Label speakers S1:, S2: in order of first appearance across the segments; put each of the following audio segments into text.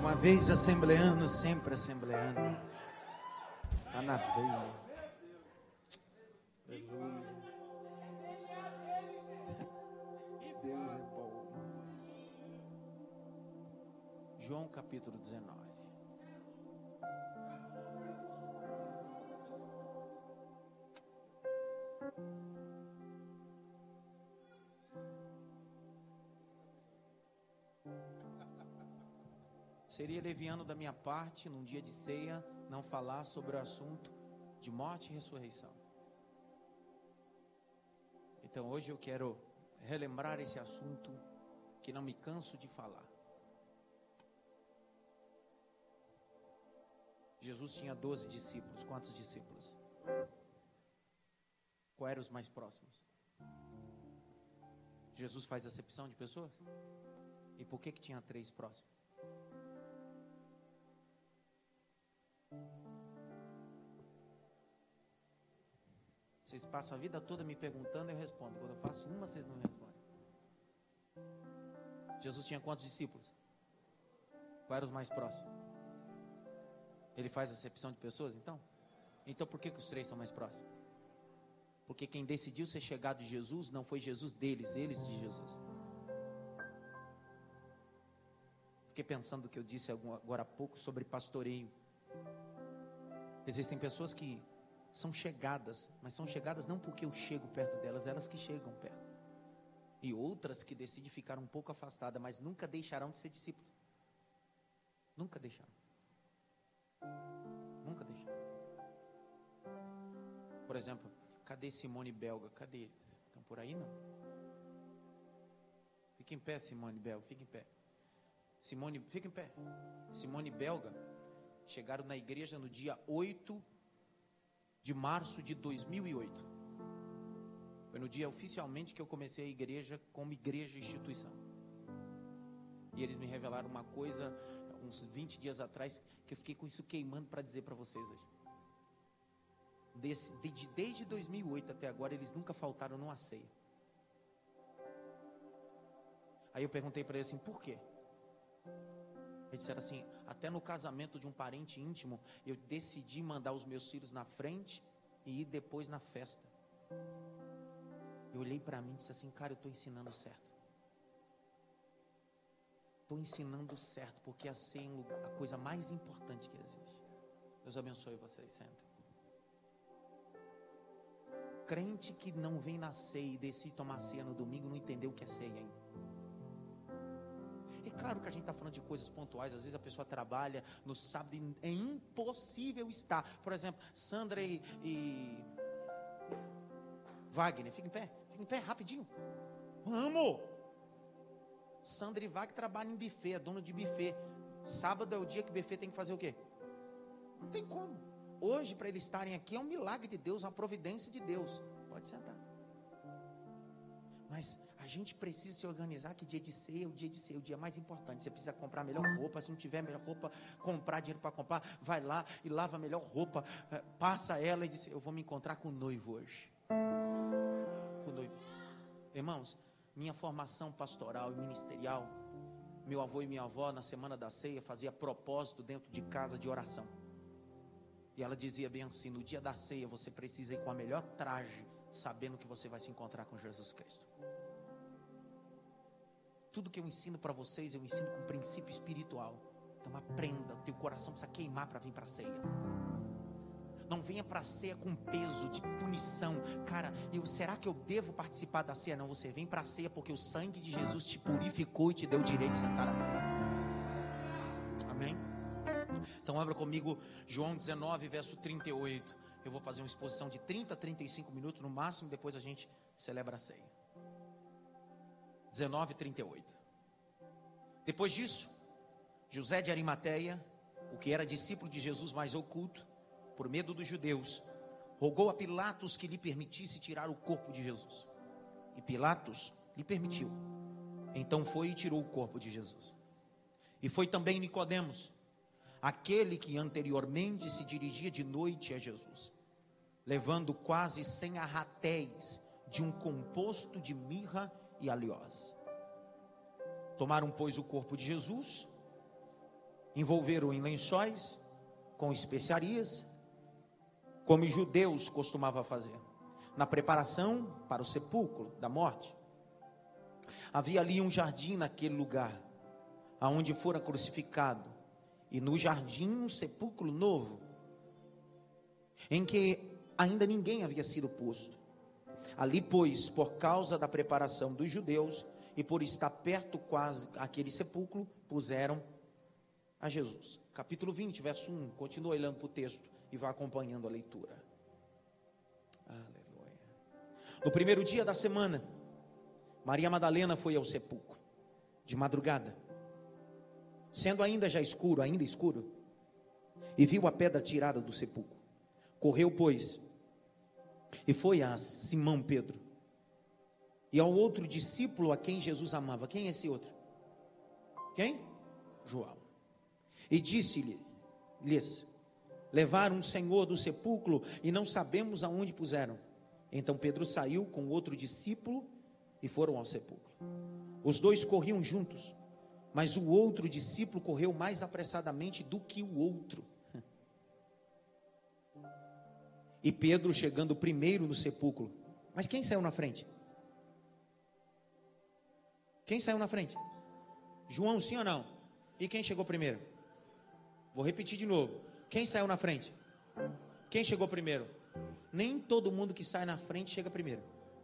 S1: Uma vez assembleando, sempre assembleando. Está na veia. Aleluia. Deus é bom. João capítulo 19. Seria leviano da minha parte, num dia de ceia, não falar sobre o assunto de morte e ressurreição. Então hoje eu quero relembrar esse assunto que não me canso de falar. Jesus tinha 12 discípulos. Quantos discípulos? Quais eram os mais próximos? Jesus faz acepção de pessoas? E por que tinha 3 próximos? Vocês passam a vida toda me perguntando e eu respondo. Quando eu faço uma, vocês não respondem. Jesus tinha quantos discípulos? Quais eram os mais próximos? Ele faz acepção de pessoas, então? Então por que os 3 são mais próximos? Porque quem decidiu ser chegado de Jesus não foi Jesus deles, eles de Jesus. Fiquei pensando o que eu disse agora há pouco sobre pastoreio. Existem pessoas que são chegadas, mas são chegadas não porque eu chego perto delas, elas que chegam perto. E outras que decidem ficar um pouco afastadas, mas nunca deixarão de ser discípulos. Nunca deixaram. Nunca deixaram. Por exemplo, cadê Simone Belga? Cadê eles? Estão por aí, não? Fica em pé, Simone Belga, fica em pé. Simone, fica em pé. Simone Belga chegaram na igreja no dia 8 de março de 2008. Foi no dia oficialmente que eu comecei a igreja como igreja instituição. E eles me revelaram uma coisa uns 20 dias atrás que eu fiquei com isso queimando para dizer para vocês hoje. Desde 2008 até agora eles nunca faltaram numa ceia. Aí eu perguntei para eles assim, por quê? Eles disseram assim, até no casamento de um parente íntimo, eu decidi mandar os meus filhos na frente e ir depois na festa. Eu olhei para mim e disse assim, cara, eu estou ensinando certo. Estou ensinando certo, porque a ceia é a coisa mais importante que existe. Deus abençoe vocês, sentem. Crente que não vem na ceia e decide tomar ceia no domingo, não entendeu o que é ceia ainda. É claro que a gente está falando de coisas pontuais. Às vezes a pessoa trabalha no sábado e é impossível estar. Por exemplo, Sandra e Wagner, fica em pé, rapidinho. Vamos! Sandra e Wagner trabalham em buffet, é dono de buffet. Sábado é o dia que o buffet tem que fazer o quê? Não tem como. Hoje, para eles estarem aqui, é um milagre de Deus, uma providência de Deus. Pode sentar. Mas a gente precisa se organizar, que dia de ceia é o dia de ceia, o dia mais importante. Você precisa comprar a melhor roupa. Se não tiver a melhor roupa, comprar dinheiro para comprar, vai lá e lava a melhor roupa, passa ela e diz, eu vou me encontrar com o noivo hoje. Com o noivo. Irmãos, minha formação pastoral e ministerial, meu avô e minha avó na semana da ceia fazia propósito dentro de casa de oração. E ela dizia bem assim, no dia da ceia você precisa ir com a melhor traje, sabendo que você vai se encontrar com Jesus Cristo. Tudo que eu ensino para vocês, eu ensino com princípio espiritual. Então aprenda, o teu coração precisa queimar para vir para a ceia. Não venha para a ceia com peso de punição. Cara, será que eu devo participar da ceia? Não, você vem para a ceia porque o sangue de Jesus te purificou e te deu o direito de sentar à mesa. Amém? Então abra comigo João 19, verso 38. Eu vou fazer uma exposição de 30 a 35 minutos no máximo, depois a gente celebra a ceia. 19, 38. Depois disso, José de Arimateia, o que era discípulo de Jesus mais oculto, por medo dos judeus, rogou a Pilatos que lhe permitisse tirar o corpo de Jesus. E Pilatos lhe permitiu. Então foi e tirou o corpo de Jesus. E foi também Nicodemos, aquele que anteriormente se dirigia de noite a Jesus, levando quase 100 arratéis de um composto de mirra e aloés. Tomaram, pois, o corpo de Jesus envolveram em lençóis com especiarias, como os judeus costumavam fazer, na preparação para o sepulcro da morte. Havia ali um jardim naquele lugar, aonde fora crucificado, e no jardim um sepulcro novo, em que ainda ninguém havia sido posto. Ali, pois, por causa da preparação dos judeus, e por estar perto quase aquele sepulcro, puseram a Jesus. Capítulo 20, verso 1, continua olhando para o texto e vá acompanhando a leitura. Aleluia. No primeiro dia da semana, Maria Madalena foi ao sepulcro, de madrugada, sendo ainda escuro, e viu a pedra tirada do sepulcro. Correu, pois, e foi a Simão Pedro, e ao outro discípulo a quem Jesus amava. Quem é esse outro? Quem? João. E disse-lhes: levaram o Senhor do sepulcro e não sabemos aonde puseram. Então Pedro saiu com outro discípulo e foram ao sepulcro. Os dois corriam juntos, mas o outro discípulo correu mais apressadamente do que o outro. E Pedro, chegando primeiro no sepulcro. Mas quem saiu na frente? Quem saiu na frente? João, sim ou não? E quem chegou primeiro? Vou repetir de novo. Quem saiu na frente? Quem chegou primeiro? Nem todo mundo que sai na frente chega primeiro.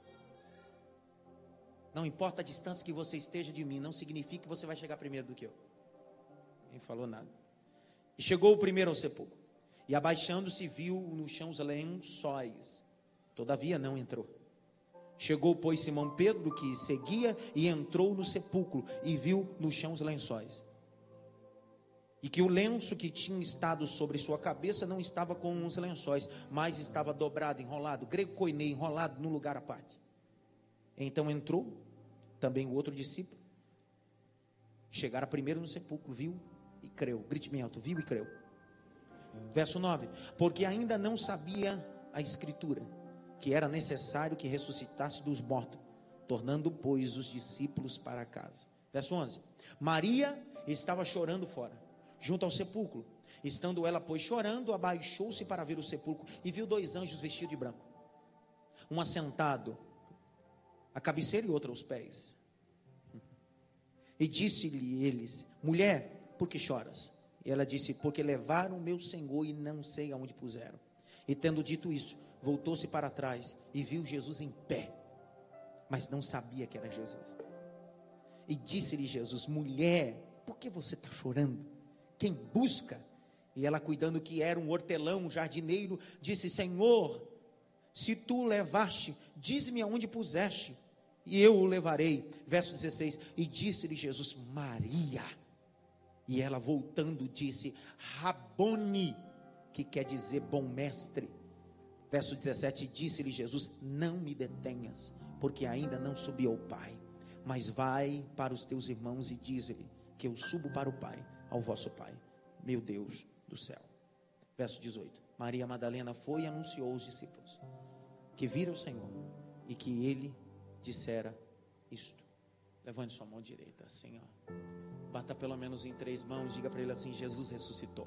S1: Não importa a distância que você esteja de mim, não significa que você vai chegar primeiro do que eu. Ninguém falou nada. E chegou o primeiro ao sepulcro, e abaixando-se viu no chão os lençóis, todavia não entrou. Chegou, pois, Simão Pedro, que seguia, e entrou no sepulcro, e viu no chão os lençóis, e que o lenço que tinha estado sobre sua cabeça não estava com os lençóis, mas estava dobrado, enrolado, grego koiné, enrolado num lugar à parte. Então entrou também o outro discípulo, chegara primeiro no sepulcro, viu e creu. Grite bem alto: viu e creu. Verso 9: porque ainda não sabia a escritura, que era necessário que ressuscitasse dos mortos, tornando, pois, os discípulos para casa. Verso 11: Maria estava chorando fora, junto ao sepulcro. Estando ela, pois, chorando, abaixou-se para ver o sepulcro, e viu dois anjos vestidos de branco, um assentado à cabeceira e outro aos pés. E disse-lhe eles: mulher, por que choras? E ela disse: porque levaram o meu Senhor e não sei aonde puseram. E tendo dito isso, voltou-se para trás e viu Jesus em pé, mas não sabia que era Jesus. E disse-lhe Jesus: mulher, por que você está chorando? Quem busca? E ela, cuidando que era um hortelão, um jardineiro, disse: Senhor, se tu o levaste, dize-me aonde puseste, e eu o levarei. Verso 16: e disse-lhe Jesus: Maria. E ela, voltando, disse: Raboni, que quer dizer bom mestre. Verso 17: disse-lhe Jesus: não me detenhas, porque ainda não subi ao Pai, mas vai para os teus irmãos e dize-lhe que eu subo para o Pai, ao vosso Pai, meu Deus do céu. Verso 18: Maria Madalena foi e anunciou aos discípulos que viram o Senhor e que ele dissera isto. Levante sua mão direita assim, ó. Bata pelo menos em 3 mãos, diga para ele assim: Jesus ressuscitou.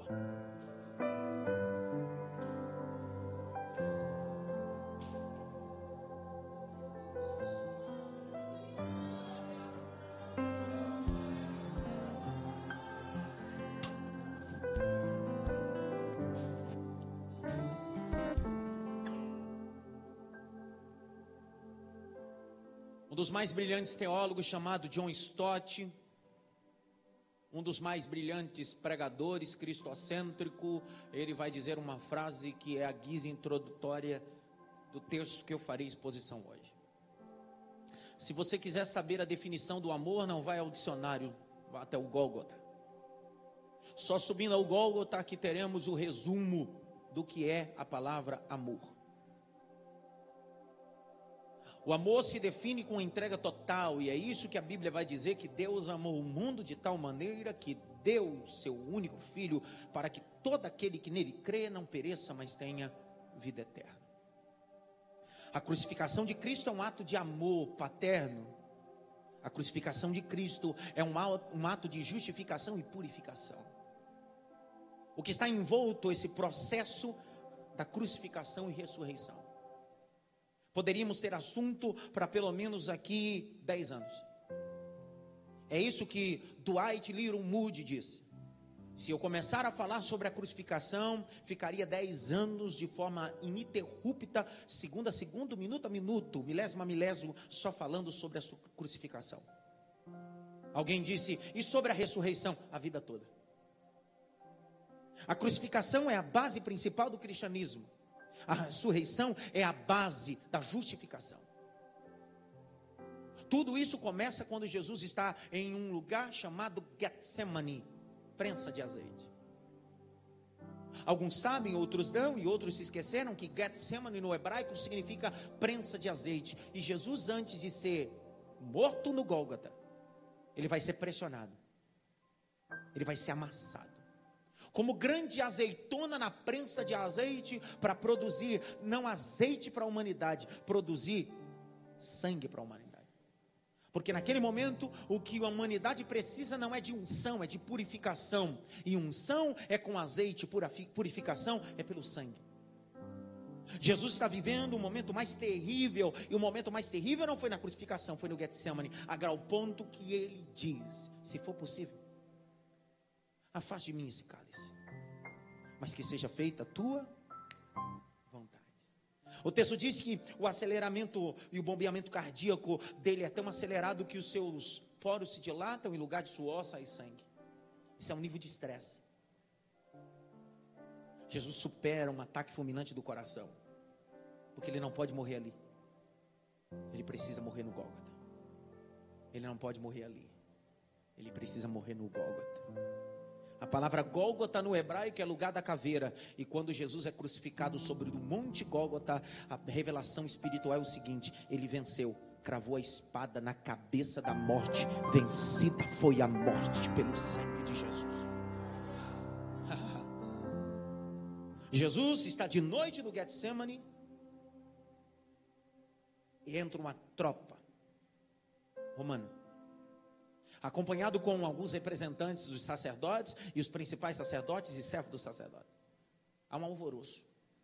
S1: Um dos mais brilhantes teólogos, chamado John Stott, um dos mais brilhantes pregadores cristocêntrico, ele vai dizer uma frase que é a guisa introdutória do texto que eu farei exposição hoje. Se você quiser saber a definição do amor, não vai ao dicionário, vá até o Gólgota. Só subindo ao Gólgota que teremos o resumo do que é a palavra amor. O amor se define com entrega total, e é isso que a Bíblia vai dizer, que Deus amou o mundo de tal maneira que deu o seu único filho, para que todo aquele que nele crê não pereça, mas tenha vida eterna. A crucificação de Cristo é um ato de amor paterno. A crucificação de Cristo é um ato de justificação e purificação. o que está envolto esse processo da crucificação e ressurreição. Poderíamos ter assunto para pelo menos aqui 10 anos. É isso que Dwight Lytle Moody diz. Se eu começar a falar sobre a crucificação, ficaria 10 anos de forma ininterrupta, segundo a segundo, minuto a minuto, milésimo a milésimo, só falando sobre a crucificação. Alguém disse, e sobre a ressurreição? A vida toda. A crucificação é a base principal do cristianismo. A ressurreição é a base da justificação. Tudo isso começa quando Jesus está em um lugar chamado Getsemane, prensa de azeite. Alguns sabem, outros não, e outros se esqueceram que Getsemane no hebraico significa prensa de azeite. E Jesus, antes de ser morto no Gólgota, ele vai ser pressionado, ele vai ser amassado, como grande azeitona na prensa de azeite, para produzir, não azeite para a humanidade, produzir sangue para a humanidade. Porque naquele momento, o que a humanidade precisa não é de unção, é de purificação. E unção é com azeite, purificação é pelo sangue. Jesus está vivendo o momento mais terrível, e o momento mais terrível não foi na crucificação, foi no Getsemane, a grau ponto que ele diz, se for possível, afaste de mim esse cálice, mas que seja feita a tua vontade. O texto diz que o aceleramento e o bombeamento cardíaco dele é tão acelerado que os seus poros se dilatam, em lugar de suor sai sangue. Isso é um nível de estresse. Jesus supera um ataque fulminante do coração, porque ele não pode morrer ali, ele precisa morrer no Gólgota. Ele não pode morrer ali, ele precisa morrer no Gólgota. A palavra Gólgota no hebraico é lugar da caveira. E quando Jesus é crucificado sobre o monte Gólgota, a revelação espiritual é o seguinte: ele venceu, cravou a espada na cabeça da morte. Vencida foi a morte pelo sangue de Jesus. Jesus está de noite no Getsemane, e entra uma tropa romana, acompanhado com alguns representantes dos sacerdotes e os principais sacerdotes e servos dos sacerdotes. Há um alvoroço.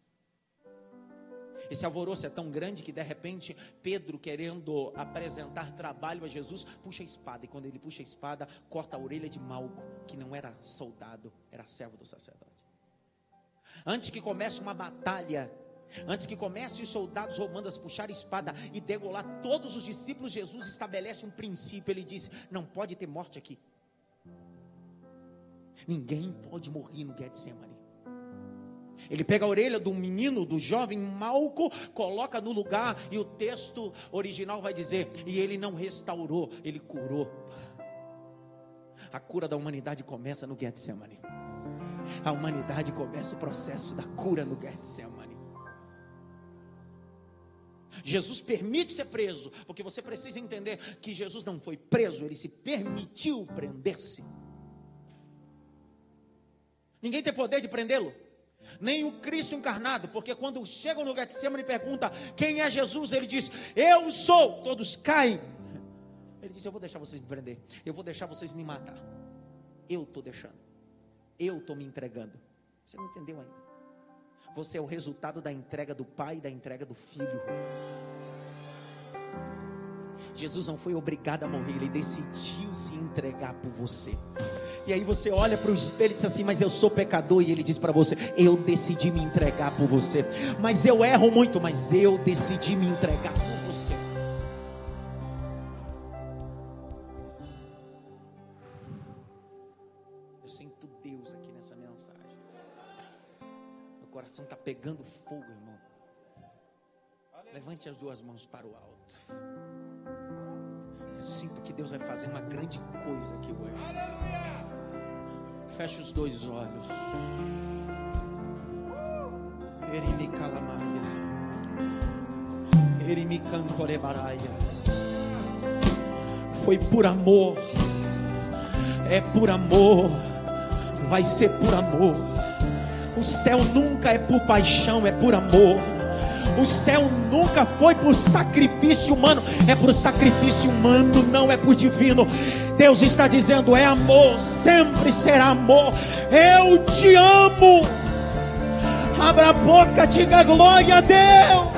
S1: Esse alvoroço é tão grande que de repente Pedro, querendo apresentar trabalho a Jesus, puxa a espada, e quando ele puxa a espada, corta a orelha de Malco, que não era soldado, era servo do sacerdote. Antes que comece uma batalha, antes que comece os soldados romanos a puxar a espada e degolar todos os discípulos, Jesus estabelece um princípio. Ele disse: não pode ter morte aqui. Ninguém pode morrer no Getsemane. Ele pega a orelha do menino, do jovem Malco, coloca no lugar, e o texto original vai dizer: e ele não restaurou, ele curou. A cura da humanidade começa no Getsemane. A humanidade começa o processo da cura no Getsemane. Jesus permite ser preso, porque você precisa entender que Jesus não foi preso, ele se permitiu prender-se. Ninguém tem poder de prendê-lo, nem o Cristo encarnado, porque quando chegam no Getsemane e pergunta quem é Jesus, ele diz: eu sou. Todos caem. Ele diz: eu vou deixar vocês me prender, eu vou deixar vocês me matar. Eu estou deixando, eu estou me entregando. Você não entendeu ainda. Você é o resultado da entrega do Pai e da entrega do Filho. Jesus não foi obrigado a morrer, ele decidiu se entregar por você. E aí você olha para o espelho e diz assim: mas eu sou pecador. E ele diz para você: eu decidi me entregar por você. Mas eu erro muito, mas eu decidi me entregar por você. Eu sinto Deus aqui nessa mensagem. Meu coração está pegando fogo, irmão. Levante as duas mãos para o alto. Eu sinto que Deus vai fazer uma grande coisa aqui hoje. Feche os dois olhos. Erimi calamaia, erimi cantorebaraia. Foi por amor, é por amor, vai ser por amor. O céu nunca é por paixão, é por amor. O céu nunca foi por sacrifício humano, é por sacrifício humano, não é por divino. Deus está dizendo: é amor, sempre será amor. Eu te amo. Abra a boca, diga glória a Deus.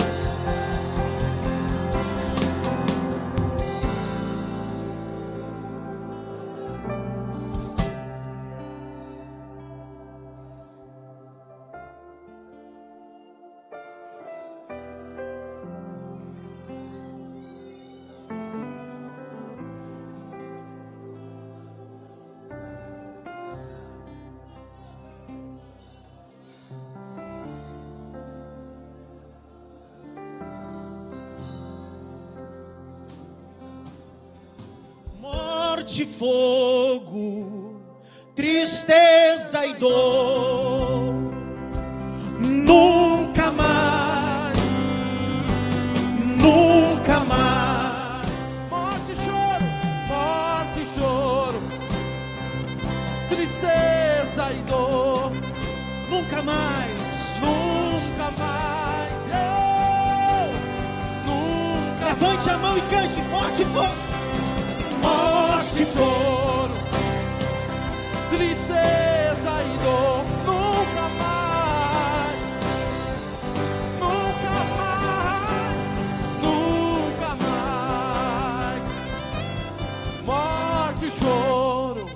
S1: De fogo, tristeza e dor, nunca mais, nunca mais.
S2: Morte e choro, tristeza e dor,
S1: nunca mais,
S2: nunca mais, nunca.
S1: Levante a mão e cante: morte e fogo.
S2: Morte e choro, tristeza e dor, nunca mais, nunca mais, nunca mais. Morte e choro,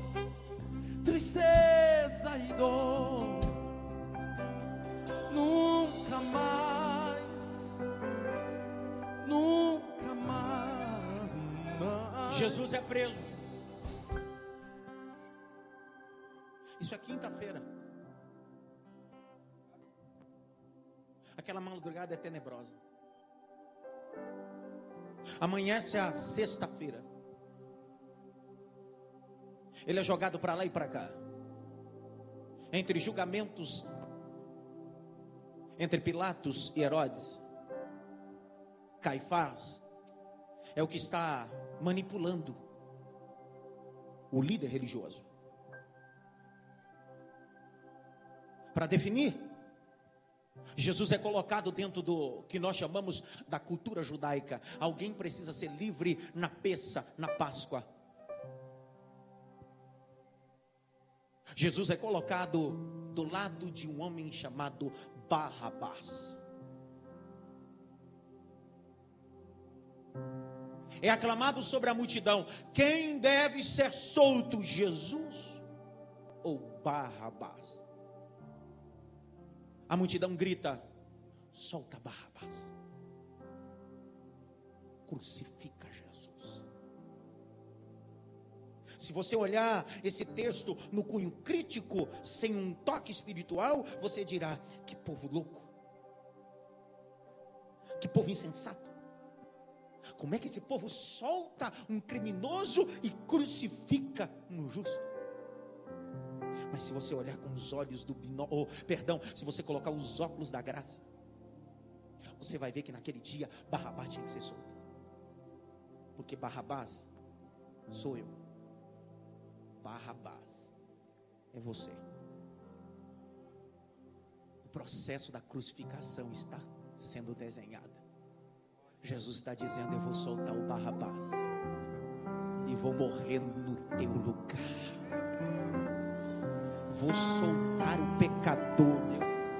S2: tristeza e dor, nunca mais, nunca mais.
S1: Jesus é preso. Isso é quinta-feira. Aquela madrugada é tenebrosa. Amanhece a sexta-feira. Ele é jogado para lá e para cá, entre julgamentos, entre Pilatos e Herodes. Caifás é o que está manipulando o líder religioso para definir. Jesus é colocado dentro do que nós chamamos da cultura judaica. Alguém precisa ser livre na Peça, na Páscoa. Jesus é colocado do lado de um homem chamado Barrabás. É aclamado sobre a multidão: quem deve ser solto, Jesus ou Barrabás? A multidão grita: solta Barrabás, crucifica Jesus. Se você olhar esse texto no cunho crítico, sem um toque espiritual, você dirá: que povo louco, que povo insensato. Como é que esse povo solta um criminoso e crucifica um justo? Mas se você olhar com os olhos do se você colocar os óculos da graça, você vai ver que naquele dia Barrabás tinha que ser solto. Porque Barrabás sou eu. Barrabás é você. O processo da crucificação está sendo desenhado. Jesus está dizendo: eu vou soltar o Barrabás e vou morrer no teu lugar. Vou soltar o pecador, meu.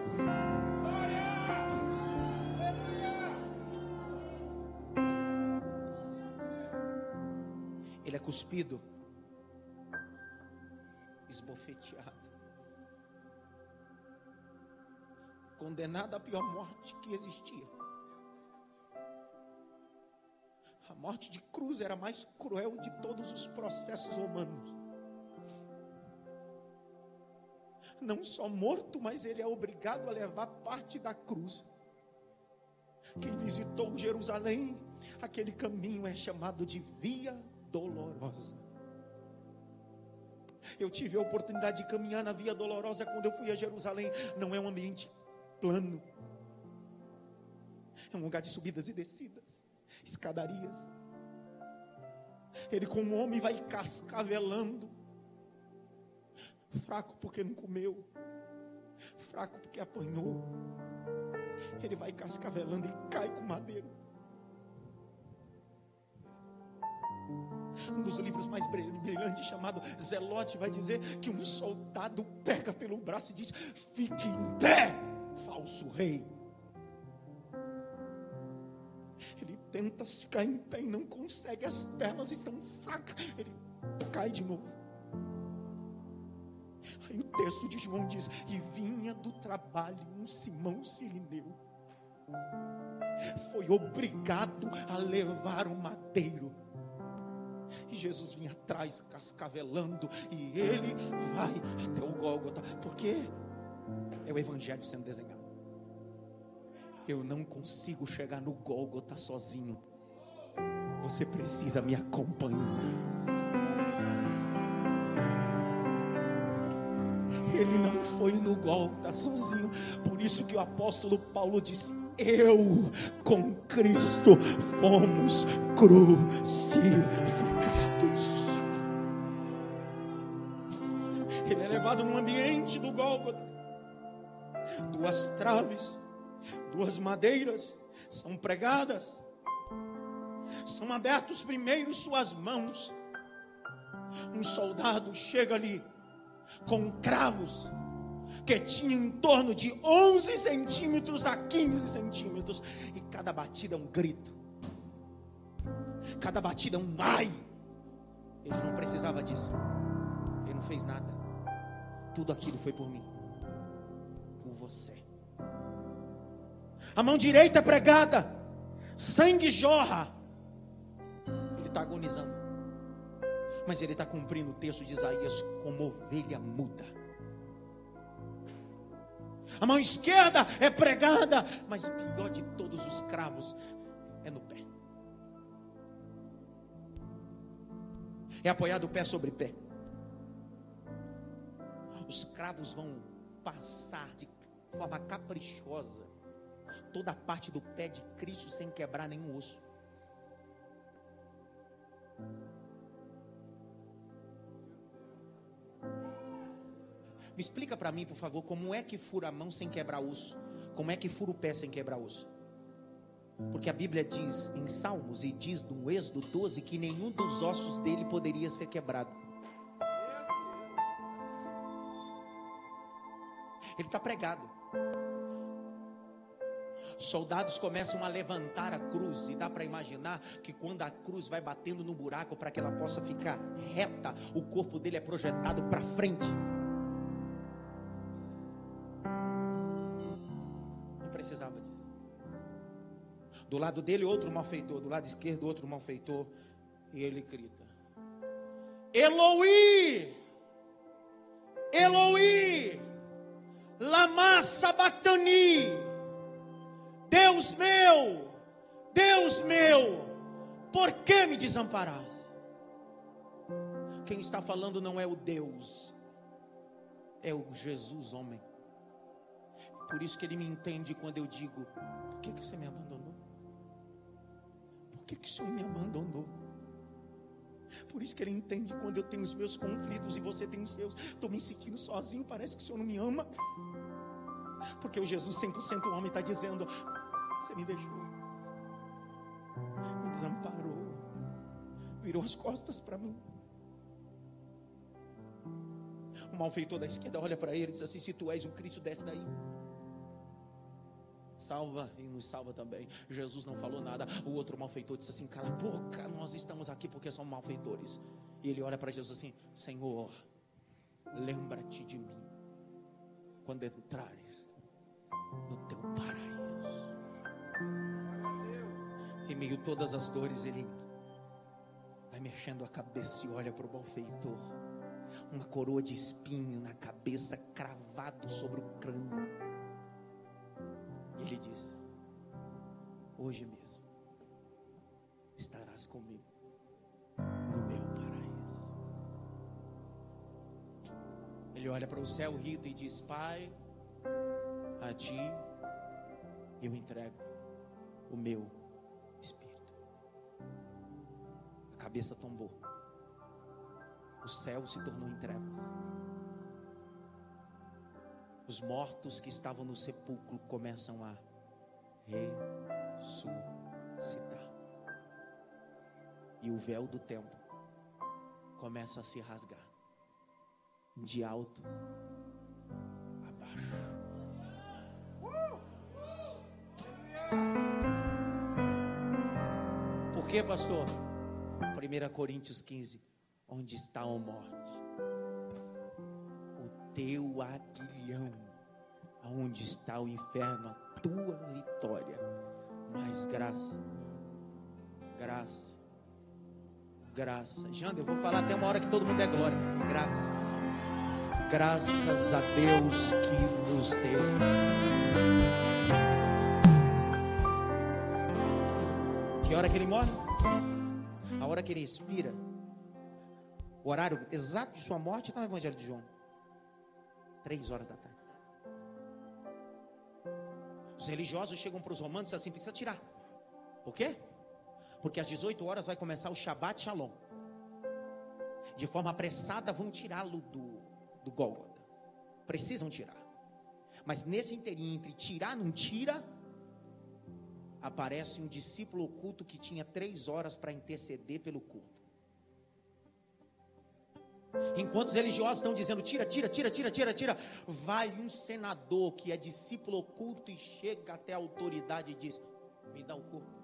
S1: Ele é cuspido, esbofeteado, condenado à pior morte que existia. A morte de cruz era a mais cruel de todos os processos romanos. Não só morto, mas ele é obrigado a levar parte da cruz. Quem visitou Jerusalém, aquele caminho é chamado de Via Dolorosa. Eu tive a oportunidade de caminhar na Via Dolorosa quando eu fui a Jerusalém. Não é um ambiente plano, é um lugar de subidas e descidas, escadarias. Ele, como homem, vai cascavelando, fraco porque não comeu, fraco porque apanhou. Ele vai cascavelando e cai com madeira. Um dos livros mais brilhantes, chamado Zelote, vai dizer que um soldado pega pelo braço e diz: fique em pé, falso rei. Ele tenta ficar em pé e não consegue, as pernas estão fracas, ele cai de novo. Aí o texto de João diz: e vinha do trabalho um Simão Cirineu, foi obrigado a levar o madeiro, e Jesus vinha atrás cascavelando, e ele vai até o Gólgota, porque é o evangelho sendo desenhado. Eu não consigo chegar no Gólgota sozinho, você precisa me acompanhar. Ele não foi no Gólgota sozinho. Por isso que o apóstolo Paulo disse: eu com Cristo fomos crucificados. Ele é levado no ambiente do Gólgota. 2 traves, 2 madeiras são pregadas, são abertos primeiro suas mãos. Um soldado chega ali com cravos que tinham em torno de 11 centímetros a 15 centímetros, e cada batida é um grito, cada batida é um ai. Ele não precisava disso, ele não fez nada, tudo aquilo foi por mim, por você. A mão direita é pregada, sangue jorra, ele está agonizando, mas ele está cumprindo o texto de Isaías como ovelha muda. A mão esquerda é pregada, mas o pior de todos os cravos é no pé. É apoiado pé sobre pé. Os cravos vão passar de forma caprichosa toda a parte do pé de Cristo sem quebrar nenhum osso. Me explica para mim, por favor, como é que fura a mão sem quebrar osso? Como é que fura o pé sem quebrar osso? Porque a Bíblia diz em Salmos e diz no Êxodo 12 que nenhum dos ossos dele poderia ser quebrado. Ele está pregado. Soldados começam a levantar a cruz, e dá para imaginar que quando a cruz vai batendo no buraco para que ela possa ficar reta, o corpo dele é projetado para frente. Precisava disso. Do lado dele outro malfeitor, do lado esquerdo outro malfeitor, e ele grita: Eloi, Eloi, lama sabachthani, Deus meu, por que me desamparaste? Quem está falando não é o Deus, é o Jesus homem. Por isso que ele me entende quando eu digo: por que você me abandonou? Por que o Senhor me abandonou? Por isso que ele entende quando eu tenho os meus conflitos e você tem os seus. Estou me sentindo sozinho, parece que o Senhor não me ama. Porque o Jesus 100% homem está dizendo: você me deixou, me desamparou, virou as costas para mim. O malfeitor da esquerda olha para ele e diz assim: se tu és o Cristo, desce daí. Salva e nos salva também. Jesus não falou nada. O outro malfeitor disse assim: cala a boca, nós estamos aqui porque somos malfeitores. E ele olha para Jesus assim: Senhor, lembra-te de mim quando entrares no teu paraíso. Em meio a todas as dores, ele vai mexendo a cabeça e olha para o malfeitor. Uma coroa de espinho na cabeça, cravado sobre o crânio. Ele diz: hoje mesmo estarás comigo no meu paraíso. Ele olha para o céu, ri e diz: Pai, a ti eu entrego o meu espírito. A cabeça tombou, o céu se tornou em trevas. Os mortos que estavam no sepulcro começam a ressuscitar. E o véu do templo começa a se rasgar, de alto a baixo. Por que, pastor? 1 Coríntios 15. Onde está a morte? O teu aguilhão. Aonde está o inferno? A tua vitória. Mas graça, graça, graça. Janda, eu vou falar até uma hora que todo mundo é glória. Graça, graças a Deus que nos deu. Que hora que ele morre? A hora que ele expira. O horário exato de sua morte está no Evangelho de João. 3 horas da tarde. Os religiosos chegam para os romanos e dizem assim: precisa tirar. Por quê? Porque às 18 horas vai começar o Shabbat Shalom. De forma apressada vão tirá-lo do Gólgota. Precisam tirar. Mas nesse inteirinho entre tirar e não tira, aparece um discípulo oculto que tinha 3 horas para interceder pelo corpo. Enquanto os religiosos estão dizendo tira, vai um senador que é discípulo oculto e chega até a autoridade e diz: me dá o corpo.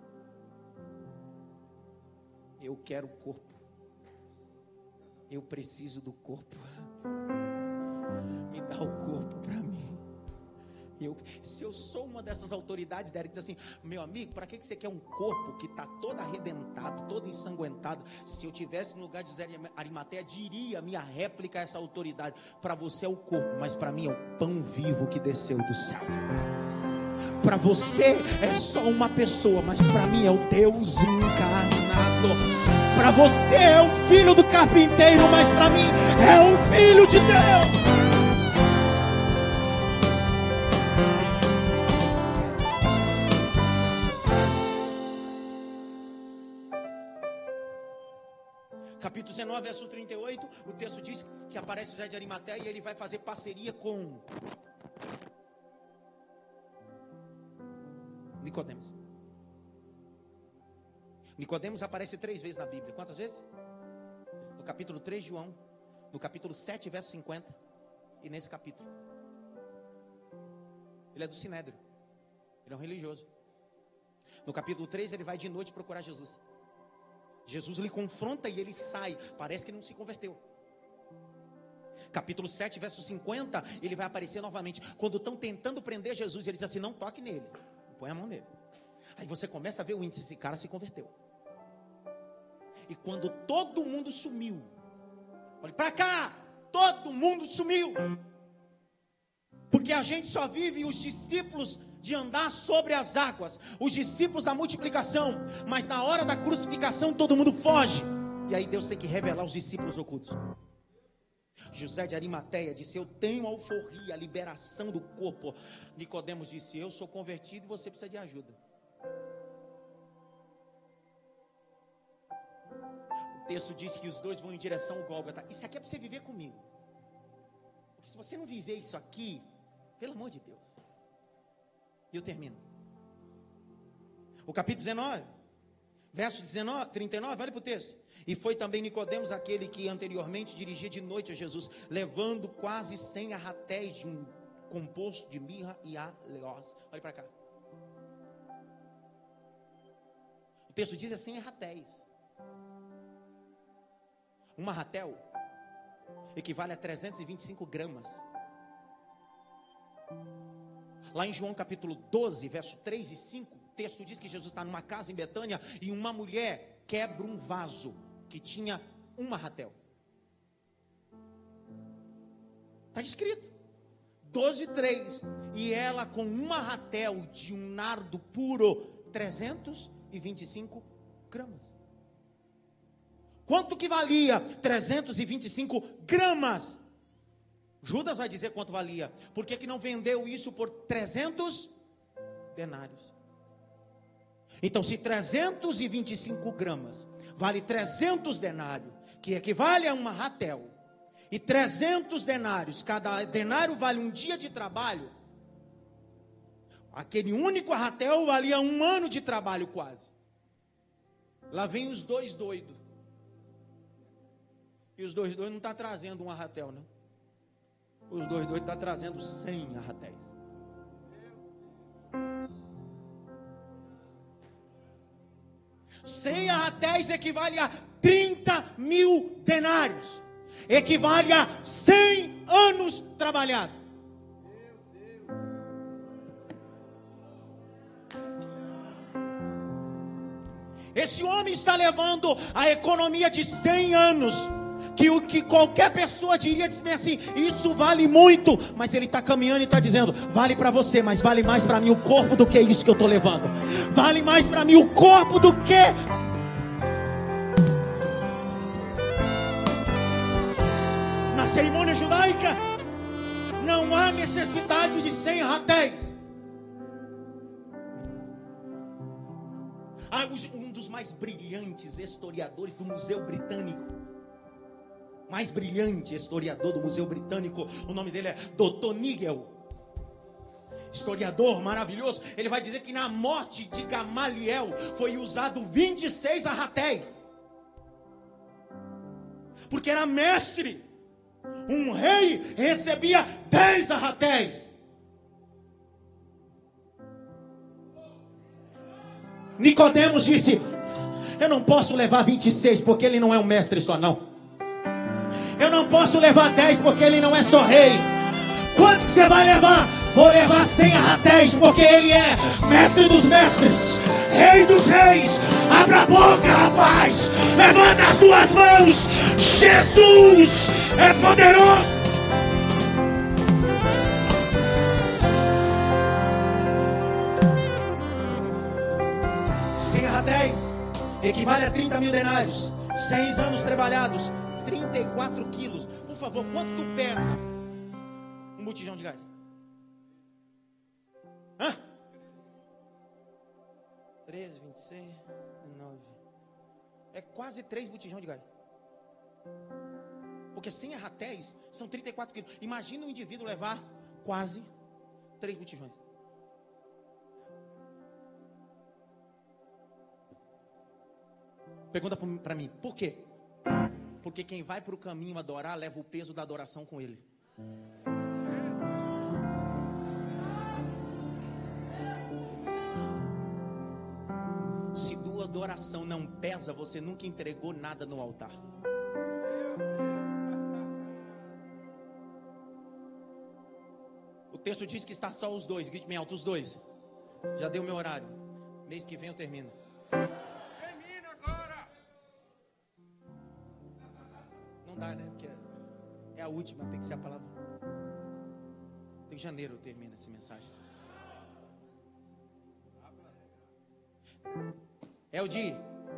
S1: Eu quero o corpo. Eu preciso do corpo. Me dá o corpo para mim. Se eu sou uma dessas autoridades, Derek diz assim: meu amigo, para que você quer um corpo que está todo arrebentado, todo ensanguentado? Se eu tivesse no lugar de José de Arimateia, diria minha réplica a essa autoridade: para você é o corpo, mas para mim é o pão vivo que desceu do céu. Para você é só uma pessoa, mas para mim é o Deus encarnado. Para você é o filho do carpinteiro, mas para mim é o filho de Deus. Capítulo 19, verso 38, o texto diz que aparece José de Arimateia e ele vai fazer parceria com Nicodemos. Nicodemos aparece 3 vezes na Bíblia. Quantas vezes? No capítulo 3 de João, no capítulo 7, verso 50, e nesse capítulo. Ele é do Sinédrio, ele é um religioso. No capítulo 3 ele vai de noite procurar Jesus. Jesus lhe confronta e ele sai. Parece que não se converteu. Capítulo 7, verso 50, ele vai aparecer novamente. Quando estão tentando prender Jesus, ele diz assim: não toque nele, põe a mão nele. Aí você começa a ver o índice: esse cara se converteu. E quando todo mundo sumiu, olha para cá, todo mundo sumiu. Porque a gente só vive os discípulos de andar sobre as águas, os discípulos da multiplicação, mas na hora da crucificação todo mundo foge, e aí Deus tem que revelar os discípulos ocultos. José de Arimateia disse: eu tenho a alforria, a liberação do corpo. Nicodemos disse: eu sou convertido e você precisa de ajuda. O texto diz que os dois vão em direção ao Gólgota. Isso aqui é para você viver comigo, porque se você não viver isso aqui, pelo amor de Deus. E eu termino. O capítulo 19, verso 39, olha para o texto. E foi também Nicodemos aquele que anteriormente dirigia de noite a Jesus, levando quase 100 arratéis de um composto de mirra e aleós. Olha para cá. O texto diz 100 arratéis. Uma arratel equivale a 325 gramas. Lá em João capítulo 12, verso 3 e 5, o texto diz que Jesus está numa casa em Betânia e uma mulher quebra um vaso que tinha uma arratel. Está escrito 12:3, e ela com uma arratel de um nardo puro, 325 gramas. Quanto que valia 325 gramas? Judas vai dizer quanto valia. Por que não vendeu isso por 300 denários? Então, se 325 gramas vale 300 denários, que equivale a uma ratel, e 300 denários, cada denário vale um dia de trabalho, aquele único ratel valia 1 ano de trabalho quase. Lá vem os dois doidos. E os dois não estão trazendo um arratel, não. Os dois estão trazendo 100 arratéis. Cem arratéis equivale a 30.000 denários. Equivale a 100 anos trabalhados. Esse homem está levando a economia de 100 anos, que o que qualquer pessoa diria assim, isso vale muito, mas ele está caminhando e está dizendo, vale para você, mas vale mais para mim o corpo do que isso que eu estou levando. Vale mais para mim o corpo do que... Na cerimônia judaica, não há necessidade de 100 arratéis. Um dos mais brilhantes historiadores do Museu Britânico, mais brilhante historiador do Museu Britânico, o nome dele é Dr. Nigel, historiador maravilhoso. Ele vai dizer que na morte de Gamaliel foi usado 26 arratéis, porque era mestre. Um rei recebia 10 arratéis. Nicodemos disse, eu não posso levar 26 porque ele não é um mestre só não. Eu não posso levar 10 porque ele não é só rei. Quanto que você vai levar? Vou levar 100 arratéis porque ele é mestre dos mestres, rei dos reis. Abra a boca, rapaz. Levanta as duas mãos. Jesus é poderoso. Equivale a 30.000 denários, 6 anos trabalhados, 34 quilos. Por favor, quanto pesa um botijão de gás? Hã? 13, 26, 9. É quase 3 botijão de gás. Porque 100 arratéis são 34 quilos. Imagina um indivíduo levar quase 3 botijões. Pergunta para mim, por quê? Porque quem vai para o caminho adorar, leva o peso da adoração com ele. Se tua adoração não pesa, você nunca entregou nada no altar. O texto diz que está só os dois, grite bem alto, os dois. Já deu meu horário, mês que vem eu termino. Dá, né? Porque é a última, tem que ser a palavra. Em janeiro eu termino essa mensagem. Eldi,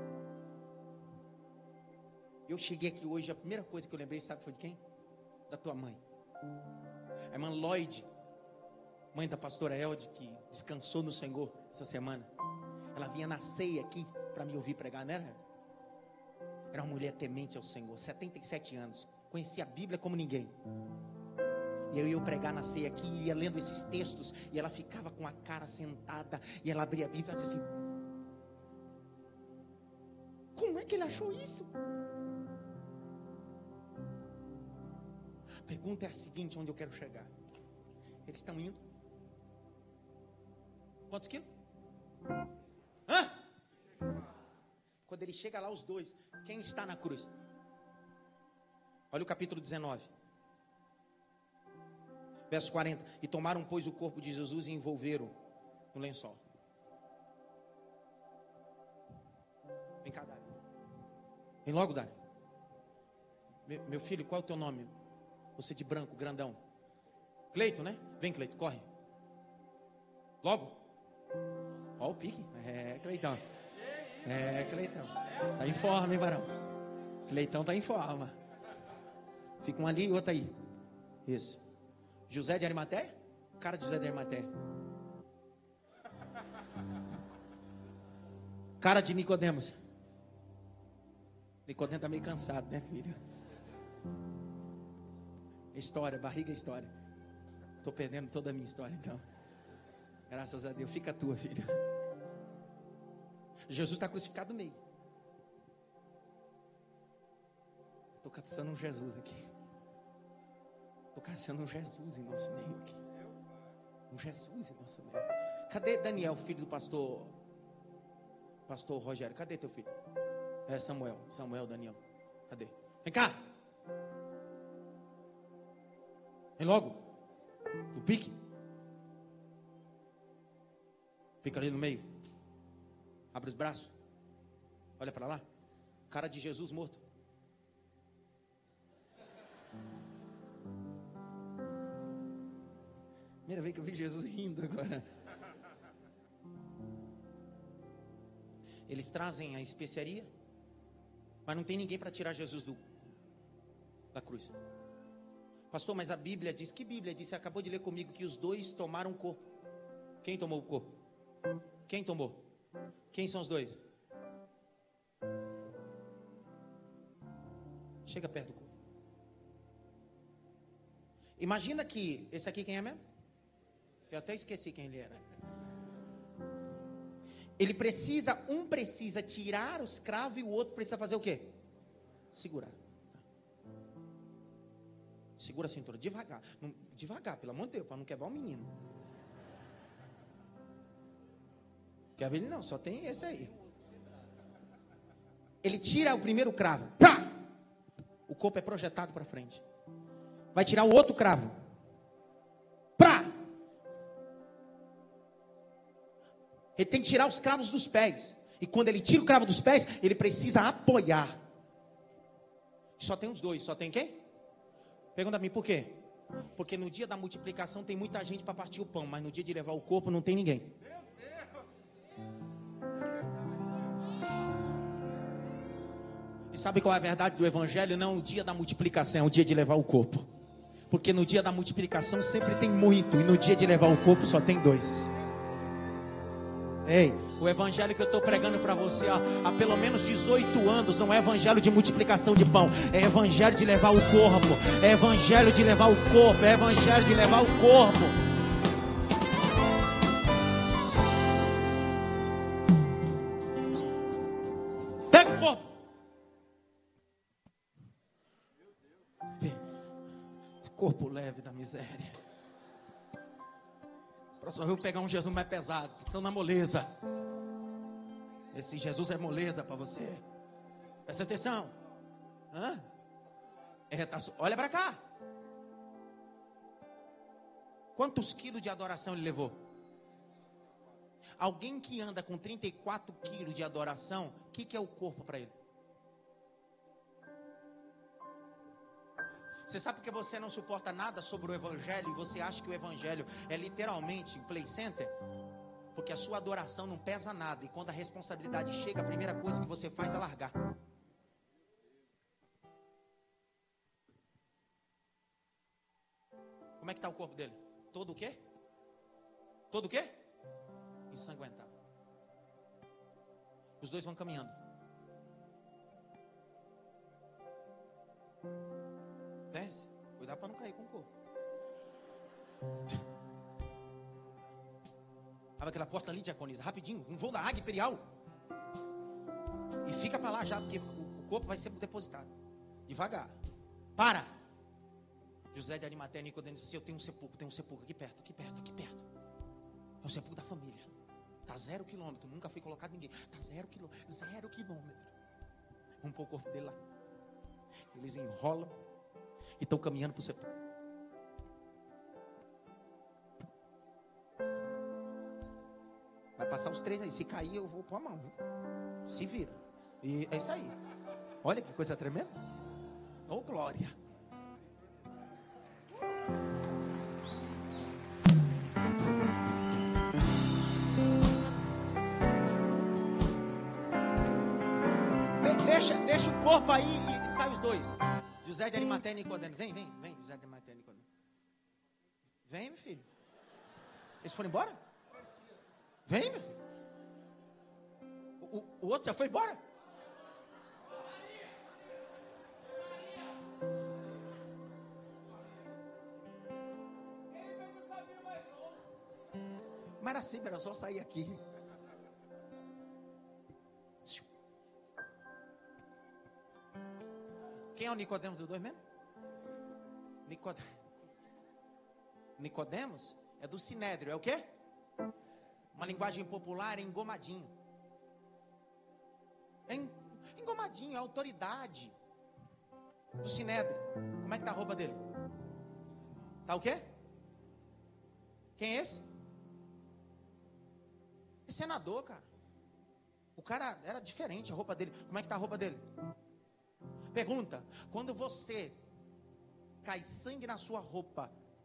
S1: eu cheguei aqui hoje, a primeira coisa que eu lembrei, sabe foi de quem? Da tua mãe. A irmã Lloyd, mãe da pastora Eldi, que descansou no Senhor essa semana. Ela vinha na ceia aqui para me ouvir pregar, né? Era uma mulher temente ao Senhor, 77 anos, conhecia a Bíblia como ninguém. E eu ia pregar na ceia aqui, ia lendo esses textos, e ela ficava com a cara sentada, e ela abria a Bíblia e fazia assim, como é que ele achou isso? A pergunta é a seguinte, onde eu quero chegar. Eles estão indo. Quantos quilos? Hã? Quando ele chega lá, os dois, quem está na cruz? Olha o capítulo 19, verso 40. E tomaram, pois, o corpo de Jesus e envolveram no lençol. Vem cá, Dário. Vem logo, Dário. Meu filho, qual é o teu nome? Você de branco, grandão. Cleito, né? Vem, Cleito, corre. Logo. Ó o pique. É, Cleitão. É, Cleitão. Tá em forma, hein, varão? Cleitão tá em forma. Fica um ali e outro aí. Isso. José de Arimateia? Cara de José de Arimateia. Cara de Nicodemos. Nicodemos tá meio cansado, né, filho? História, barriga é história. Tô perdendo toda a minha história, então. Graças a Deus. Fica a tua, filha. Jesus está crucificado no meio. Estou caçando um Jesus aqui. Estou caçando um Jesus em nosso meio aqui. Um Jesus em nosso meio. Cadê Daniel, filho do pastor Rogério? Cadê teu filho? É Samuel, Daniel. Cadê? Vem cá. Vem logo. O pique. Fica ali no meio. Abre os braços. Olha para lá. Cara de Jesus morto. Primeira vez que eu vi Jesus rindo agora. Eles trazem a especiaria, mas não tem ninguém para tirar Jesus da cruz. Pastor, mas a Bíblia diz, que Bíblia diz? Você acabou de ler comigo que os dois tomaram o corpo. Quem tomou o corpo? Quem tomou? Quem são os dois? Chega perto do corpo. Imagina que, esse aqui quem é mesmo? Eu até esqueci quem ele era. Um precisa tirar os cravos e o outro precisa fazer o quê? Segurar. Segura a cintura, devagar. Devagar, pelo amor de Deus, para não quebrar o menino. Quebra ele não, só tem esse aí. Ele tira o primeiro cravo. Pá! O corpo é projetado para frente. Vai tirar o outro cravo. Pá! Ele tem que tirar os cravos dos pés. E quando ele tira o cravo dos pés, ele precisa apoiar. Só tem os dois. Só tem quem? Pergunta a mim, por quê? Porque no dia da multiplicação tem muita gente para partir o pão, mas no dia de levar o corpo não tem ninguém. E sabe qual é a verdade do evangelho? Não o dia da multiplicação, é o dia de levar o corpo. Porque no dia da multiplicação sempre tem muito, e no dia de levar o corpo só tem dois. Ei, o evangelho que eu estou pregando para você há pelo menos 18 anos não é evangelho de multiplicação de pão, é evangelho de levar o corpo, é evangelho de levar o corpo, é evangelho de levar o corpo. Pega o corpo. Corpo leve da miséria. Próxima vez eu vou pegar um Jesus mais pesado. Vocês estão na moleza. Esse Jesus é moleza para você. Presta atenção. Olha para cá. Quantos quilos de adoração ele levou? Alguém que anda com 34 quilos de adoração, o que é o corpo para ele? Você sabe porque você não suporta nada sobre o evangelho e você acha que o evangelho é literalmente um play center? Porque a sua adoração não pesa nada e quando a responsabilidade chega, a primeira coisa que você faz é largar. Como é que está o corpo dele? Todo o quê? Todo o quê? Ensanguentado. Os dois vão caminhando. Desce. Cuidado para não cair com o corpo. Abre aquela porta ali, diaconisa, rapidinho. Um voo da águia imperial. E fica para lá já, porque o corpo vai ser depositado. Devagar. Para. José de Arimateia, Nicodemo disse assim, eu tenho um sepulcro aqui perto. É o sepulcro da família. Está 0 quilômetro, nunca foi colocado ninguém. Está 0 quilômetro. Vamos pôr o corpo dele lá. Eles enrolam e estão caminhando para o sepulcro. Vai passar os 3 aí. Se cair, eu vou pôr a mão. Se vira. E é isso aí. Olha que coisa tremenda. Oh, glória. Deixa o corpo aí e sai os dois. José de Arimateia e Nicodemo. Vem, José de Arimateia e Nicodemo. Vem, meu filho. Eles foram embora? Vem, meu filho. O outro já foi embora? Mas era assim, era só sair aqui. Quem é o Nicodemos dos dois mesmo? Nicodemos é do Sinédrio, é o quê? Uma linguagem popular, é engomadinho. É engomadinho, é autoridade do Sinédrio. Como é que tá a roupa dele? Tá o quê? Quem é esse? É senador, cara. O cara era diferente, a roupa dele. Como é que tá a roupa dele? Pergunta: quando você cai sangue na sua roupa,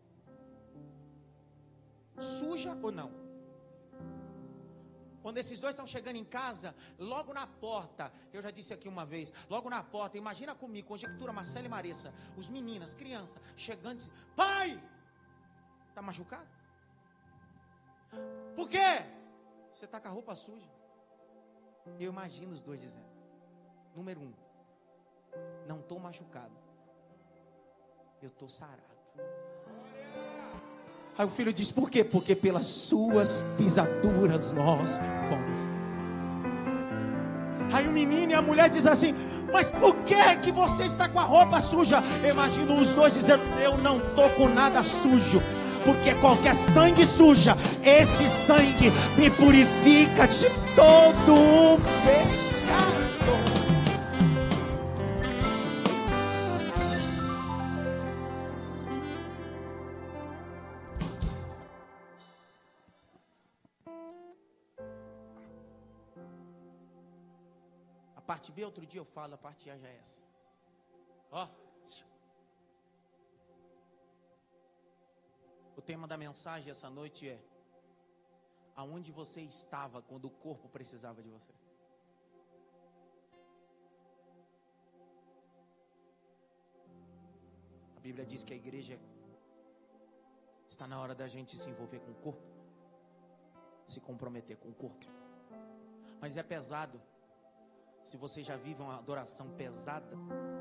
S1: suja ou não? Quando esses dois estão chegando em casa, logo na porta, eu já disse aqui uma vez, logo na porta, imagina comigo, conjectura Marcelo e Marissa, os meninas, crianças, chegando e dizem: pai, está machucado? Por quê? Você está com a roupa suja. Eu imagino os dois dizendo: número 1, não estou machucado, eu estou sarado. Aí o filho diz: por quê? Porque pelas suas pisaduras nós fomos. Aí o menino e a mulher diz assim: mas por que você está com a roupa suja? Eu imagino os dois dizendo: eu não estou com nada sujo, porque qualquer sangue suja, esse sangue me purifica de todo o pecado. A parte B outro dia eu falo, a parte A já é essa. Ó. O tema da mensagem essa noite é: aonde você estava quando o corpo precisava de você? A Bíblia diz que a igreja está na hora da gente se envolver com o corpo, se comprometer com o corpo. Mas é pesado. Se você já vive uma adoração pesada,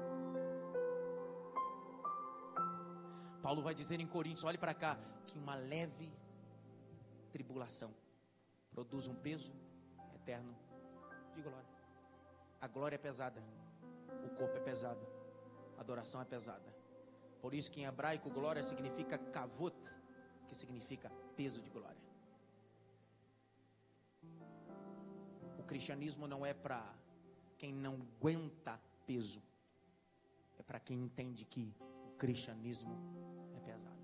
S1: Paulo vai dizer em Coríntios, olhe para cá, que uma leve tribulação produz um peso eterno de glória. A glória é pesada, o corpo é pesado, a adoração é pesada. Por isso que em hebraico glória significa kavut, que significa peso de glória. O cristianismo não é para quem não aguenta peso, é para quem entende que o cristianismo é pesado.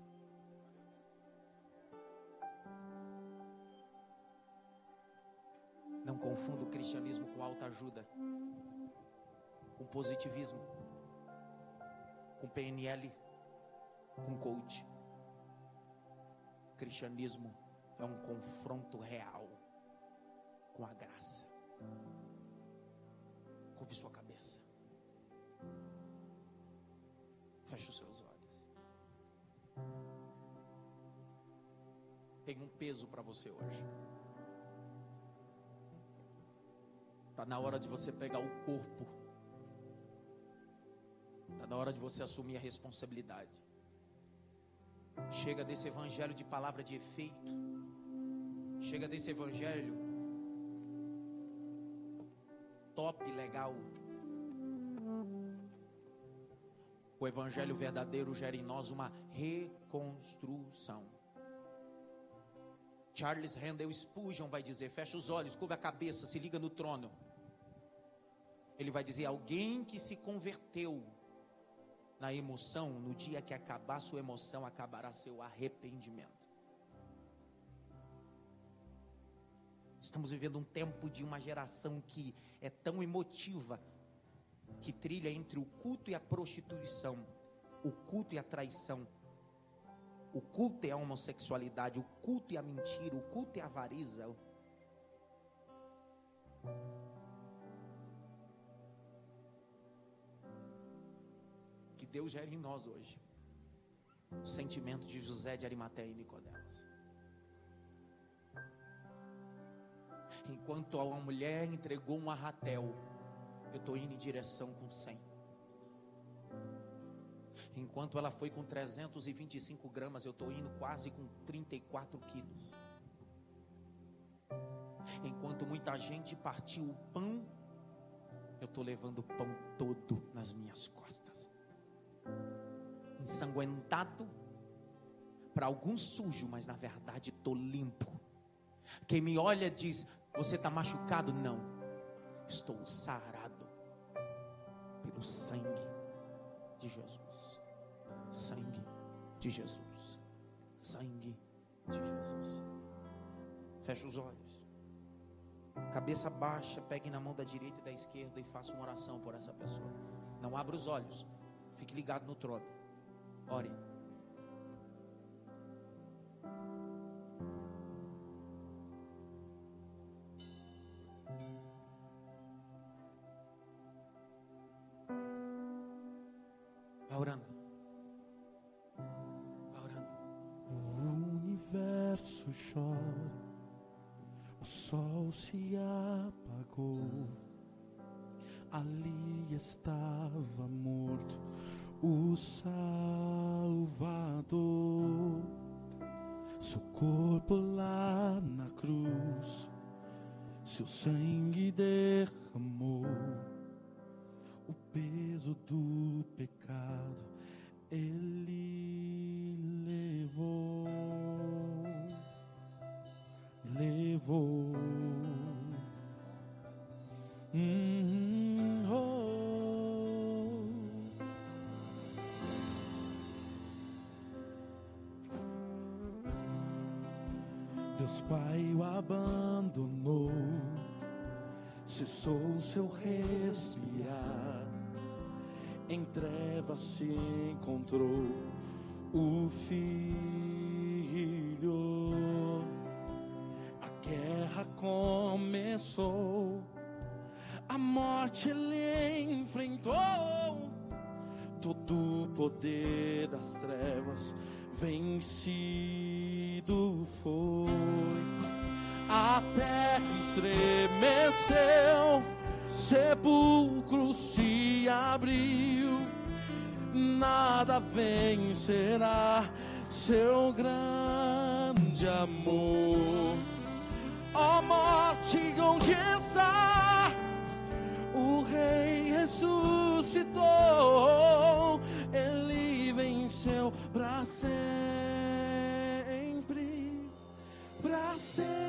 S1: Não confunda o cristianismo com autoajuda, com positivismo, com PNL, com coach. O cristianismo é um confronto real com a graça. Curve sua cabeça, feche os seus olhos. Tem um peso para você hoje. Está na hora de você pegar o corpo. Está na hora de você assumir a responsabilidade. Chega desse evangelho de palavra de efeito. Chega desse evangelho top, legal. O evangelho verdadeiro gera em nós uma reconstrução. Charles Handel Spurgeon vai dizer, fecha os olhos, curva a cabeça, se liga no trono. Ele vai dizer: alguém que se converteu na emoção, no dia que acabar sua emoção, acabará seu arrependimento. Estamos vivendo um tempo de uma geração que é tão emotiva, que trilha entre o culto e a prostituição, o culto e a traição, o culto e a homossexualidade, o culto e a mentira, o culto e a avareza. Que Deus gere em nós hoje o sentimento de José de Arimateia e Nicodemos. Enquanto a uma mulher entregou um arratel, eu estou indo em direção com 100. Enquanto ela foi com 325 gramas, eu estou indo quase com 34 quilos. Enquanto muita gente partiu o pão, eu estou levando o pão todo nas minhas costas. ensanguentado, para alguns sujo, mas na verdade estou limpo. Quem me olha diz: você está machucado? Não, estou sarado pelo sangue de Jesus. Sangue de Jesus. Sangue de Jesus. Feche os olhos, cabeça baixa, pegue na mão da direita e da esquerda e faça uma oração por essa pessoa. Não abra os olhos, fique ligado no trono. Ore. Vá orando. Vá orando.
S2: O universo chora, o sol se apagou, ali estava morto o Salvador. Seu corpo lá na cruz, seu sangue derramou, o peso do pecado Ele levou. Deus Pai o abandonou, cessou seu respirar, em trevas se encontrou o Filho. A guerra começou, a morte ele enfrentou, todo o poder das trevas vencido foi. A terra estremeceu, sepulcro se abriu, nada vencerá seu grande amor. Ó morte, onde está? O Rei ressuscitou, Ele venceu para sempre, para sempre.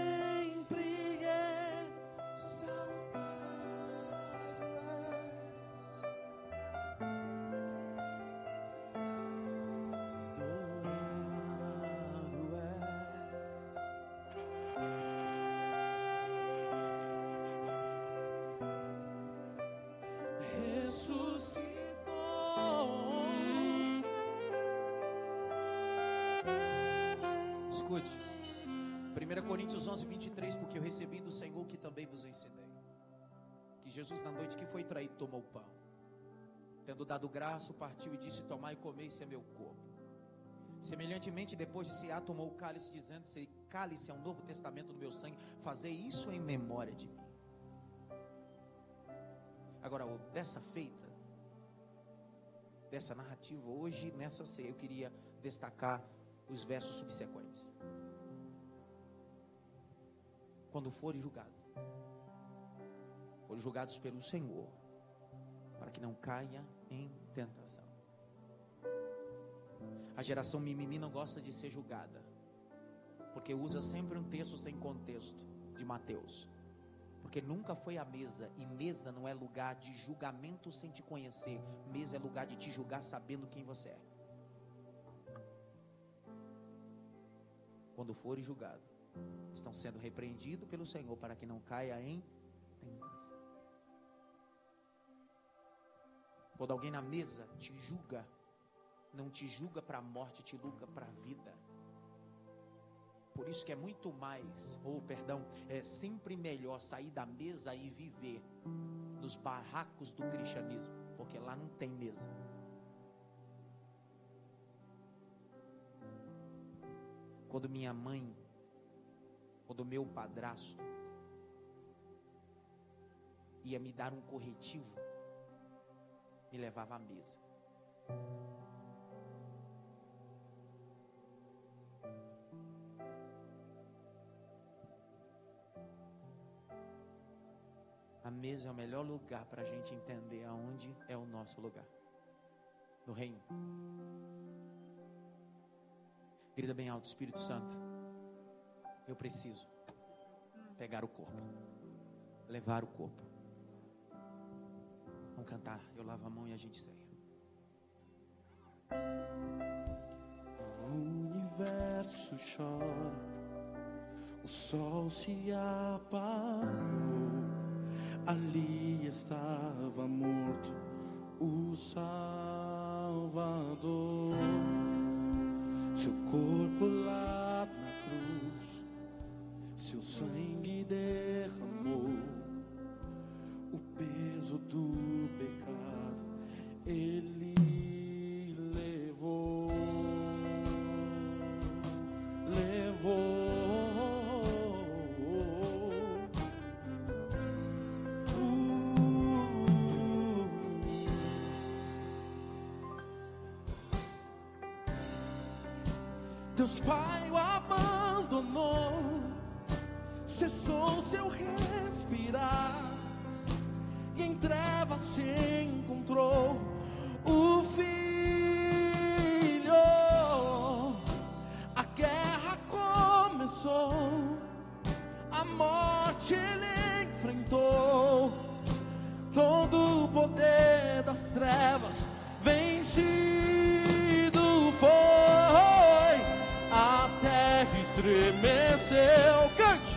S1: Escute, 1 Coríntios 11:23, porque eu recebi do Senhor que também vos ensinei, que Jesus na noite que foi traído tomou o pão, tendo dado graça, partiu e disse: tomai e comei, isso é meu corpo. Semelhantemente, depois de cear, tomou o cálice, dizendo: esse cálice é um novo testamento do meu sangue, fazei isso em memória de mim. Agora, dessa feita, dessa narrativa, hoje nessa ceia eu queria destacar os versos subsequentes. Quando forem julgados pelo Senhor, para que não caia em tentação. A geração mimimi não gosta de ser julgada, porque usa sempre um texto sem contexto de Mateus, porque nunca foi à mesa, e mesa não é lugar de julgamento sem te conhecer, mesa é lugar de te julgar sabendo quem você é. Quando forem julgados, estão sendo repreendidos pelo Senhor para que não caia em tentação. Quando alguém na mesa te julga, não te julga para a morte, te julga para a vida. Por isso que é muito mais, é sempre melhor sair da mesa e viver nos barracos do cristianismo, porque lá não tem mesa. Quando minha mãe, quando meu padrasto ia me dar um corretivo, me levava à mesa. A mesa é o melhor lugar para a gente entender aonde é o nosso lugar. no reino. Grita bem alto: Espírito Santo, eu preciso pegar o corpo, levar o corpo. Vamos cantar, eu lavo a mão e a gente ceia.
S2: O universo chora, o sol se apagou, ali estava morto o Salvador. Seu corpo lá na cruz, seu sangue derramou, o peso do pecado ele levou. Deus Pai o abandonou, cessou seu respirar, e em trevas se encontrou o Filho. A guerra começou, a morte ele enfrentou, todo o poder das trevas vencido foi. A terra estremeceu, cante!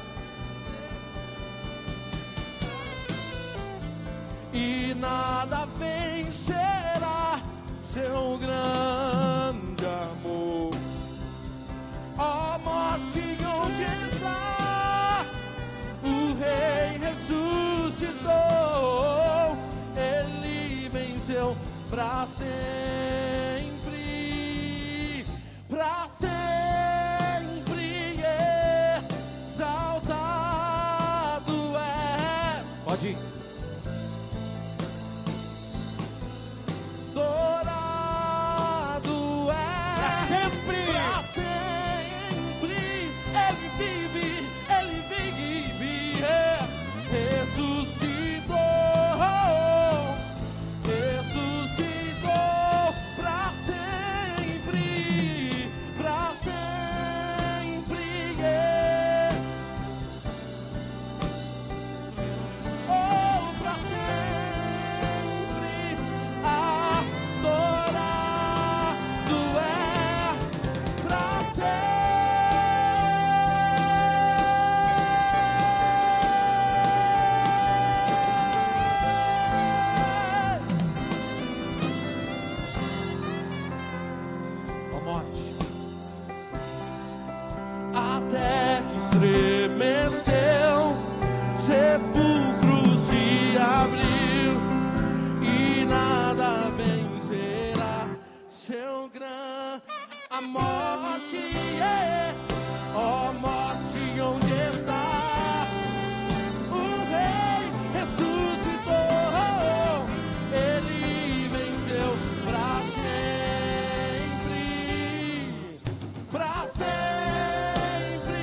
S2: E nada vencerá seu grande amor. Ó morte, onde está? O Rei ressuscitou, ele venceu pra sempre, pra sempre. Exaltado é.
S1: Pode ir.
S2: Dourado é.
S1: Pra sempre.
S2: Pra sempre. Ele vive, ele vive. Ressuscitou, ressuscitou pra sempre, pra sempre. Oh, pra sempre. Adorado é pra
S1: Ó morte,
S2: a terra estremeceu, sepulcro se abriu, e nada vencerá seu grande. A morte é, ó morte, onde está? O Rei ressuscitou, ele venceu pra sempre, pra sempre.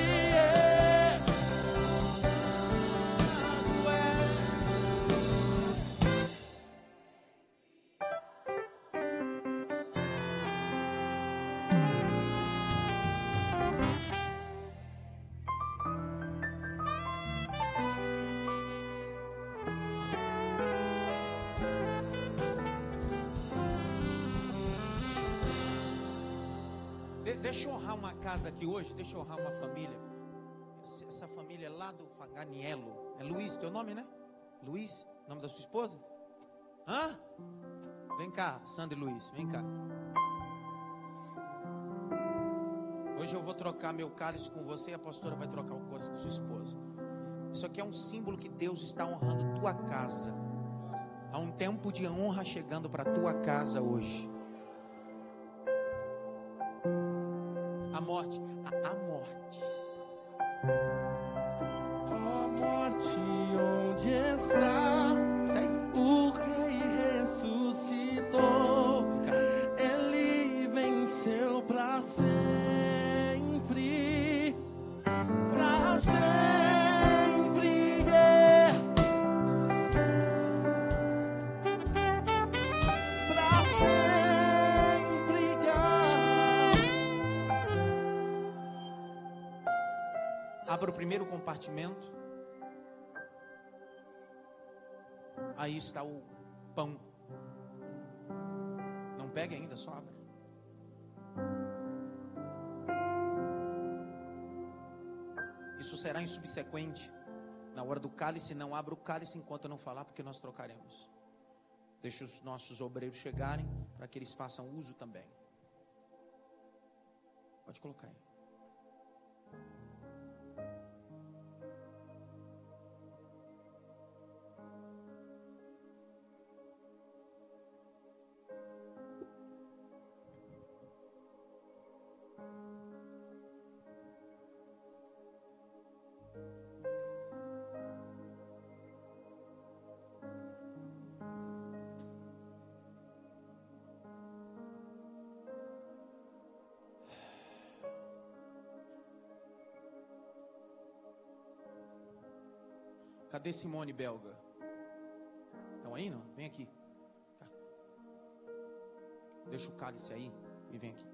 S1: Deixa eu honrar uma casa aqui hoje, deixa eu honrar uma família. Essa família é lá do Faganiello. É Luiz, teu nome, né? Luiz, nome da sua esposa? Hã? Vem cá, Sandra e Luiz, vem cá. Hoje eu vou trocar meu cálice com você e a pastora vai trocar o cálice com sua esposa. Isso aqui é um símbolo que Deus está honrando tua casa. Há um tempo de honra chegando para tua casa hoje. A morte, a morte.
S2: Ó morte, onde está?
S1: Sai.
S2: O Rei ressuscitou, ele venceu pra sempre, pra sempre. Pra sempre.
S1: Abra o primeiro compartimento. Aí está o pão. Não pegue ainda, só abra. Isso será insubsequente. Na hora do cálice, não abra o cálice enquanto eu não falar, porque nós trocaremos. Deixa os nossos obreiros chegarem, para que eles façam uso também. Pode colocar aí. Cadê Simone Belga? Estão aí, não? Vem aqui. Tá. Deixa o cálice aí e vem aqui.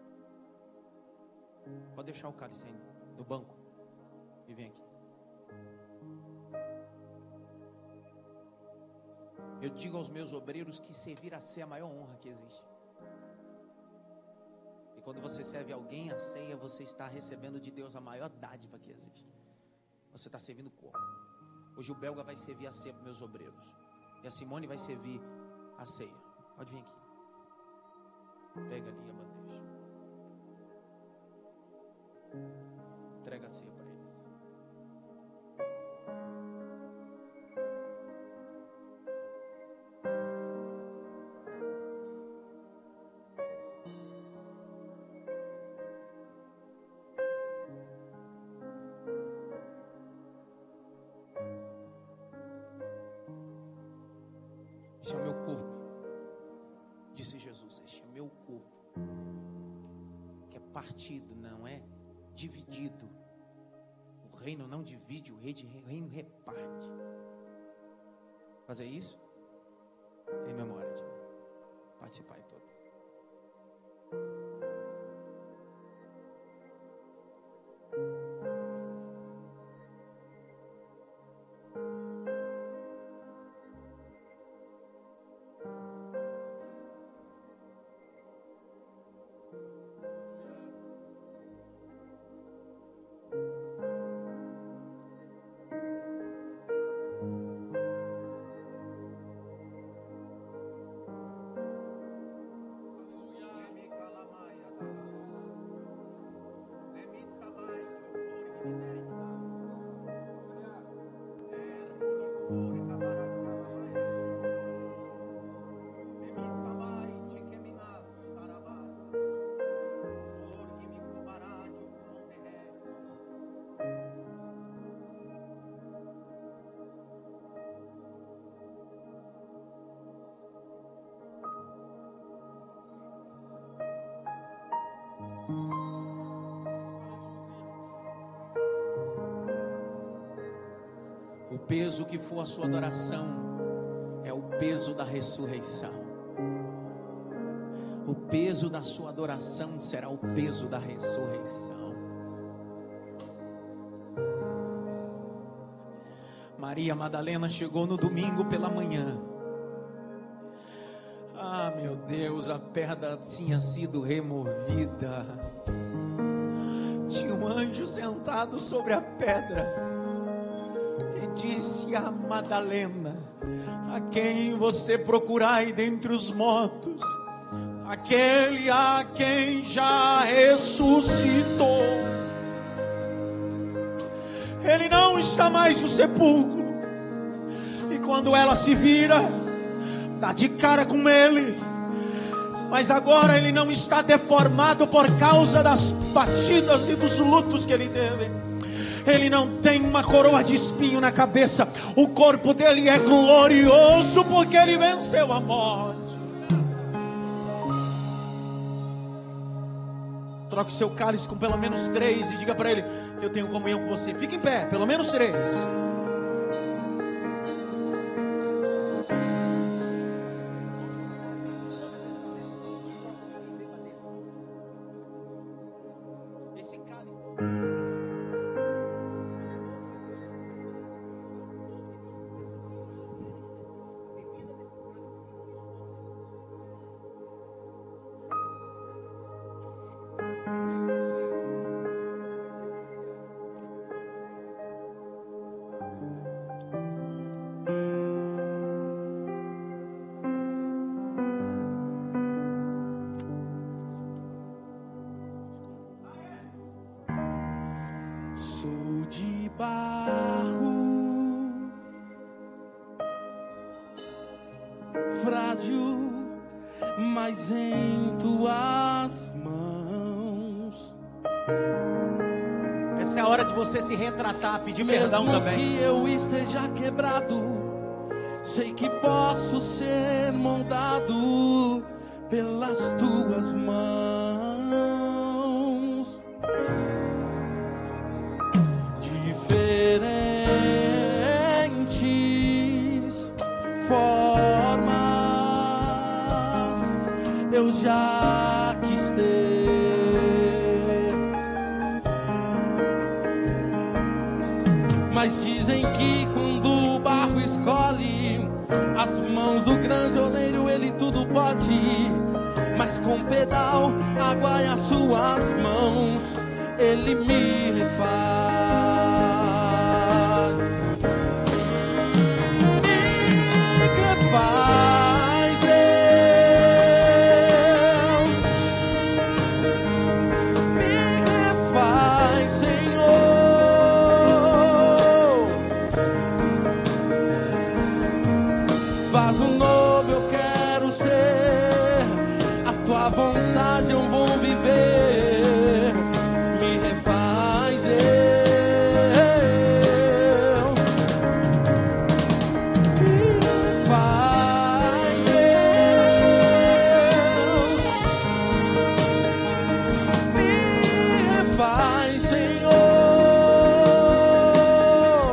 S1: Pode deixar o cálice aí no banco e vem aqui. Eu digo aos meus obreiros que servir a ceia é a maior honra que existe. E quando você serve alguém a ceia, você está recebendo de Deus a maior dádiva que existe. Você está servindo o corpo. Hoje o Belga vai servir a ceia para meus obreiros. E a Simone vai servir a ceia. Pode vir aqui. Pega ali a bandeja. Entrega a ceia para eles. Este é o meu corpo, disse Jesus. Este é o meu corpo, que é partido, não é dividido. O reino não divide, o reino reparte. Fazer isso em memória de mim. Participar em todos. O peso que for a sua adoração é o peso da ressurreição. O peso da sua adoração será o peso da ressurreição. Maria Madalena chegou no domingo pela manhã. Ah, meu Deus, a pedra tinha sido removida. Tinha um anjo sentado sobre a pedra. Disse a Madalena: a quem você procurai dentre os mortos? Aquele a quem já ressuscitou. Ele não está mais no sepulcro. E quando ela se vira, dá de cara com ele. Mas agora ele não está deformado por causa das batidas e dos lutos que ele teve. Ele não tem uma coroa de espinho na cabeça. O corpo dele é glorioso porque ele venceu a morte. Troque o seu cálice com pelo menos 3 e diga para ele: eu tenho comunhão com você. Fique em pé, pelo menos 3.
S2: Sou de barro, frágil, mas em tuas mãos.
S1: Essa é a hora de você se retratar, pedir perdão
S2: Mesmo
S1: também.
S2: que eu esteja quebrado, sei que posso ser moldado pelas tuas mãos. Diferentes formas eu já quis ter, mas dizem que quando o barro escolhe as mãos do grande oleiro, ele tudo pode. Mas com pedal, água e as suas mãos, ele me refaz. Me refaz, Deus. Me refaz, Senhor. Vaso novo eu quero ser, a tua vontade eu vou viver. Me refaz, Deus. Me refaz, Deus. Me refaz, Senhor.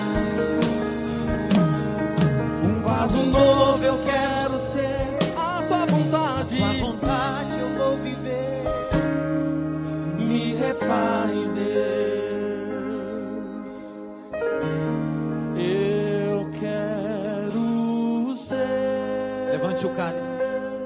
S2: Um vaso novo eu quero ser, a tua vontade eu vou viver. Me refaz, Deus. Eu quero ser.
S1: Levante o cálice.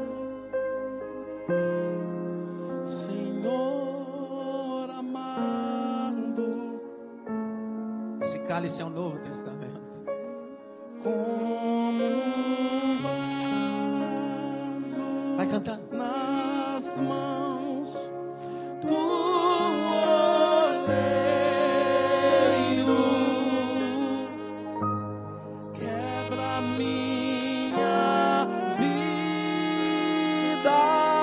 S2: Senhor amado,
S1: Esse cálice é o Novo Testamento.
S2: como um vaso
S1: Vai cantando.
S2: nas mãos do oleiro, quebra minha vida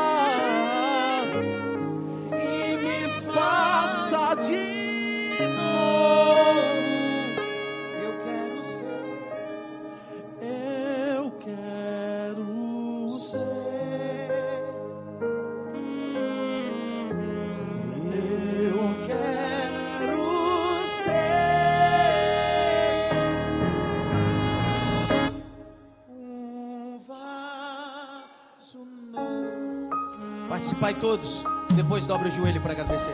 S2: e me faça de novo.
S1: Eu quero ser.
S2: Eu quero ser. Eu quero ser um vaso novo.
S1: Participai todos. Depois dobra o joelho para agradecer.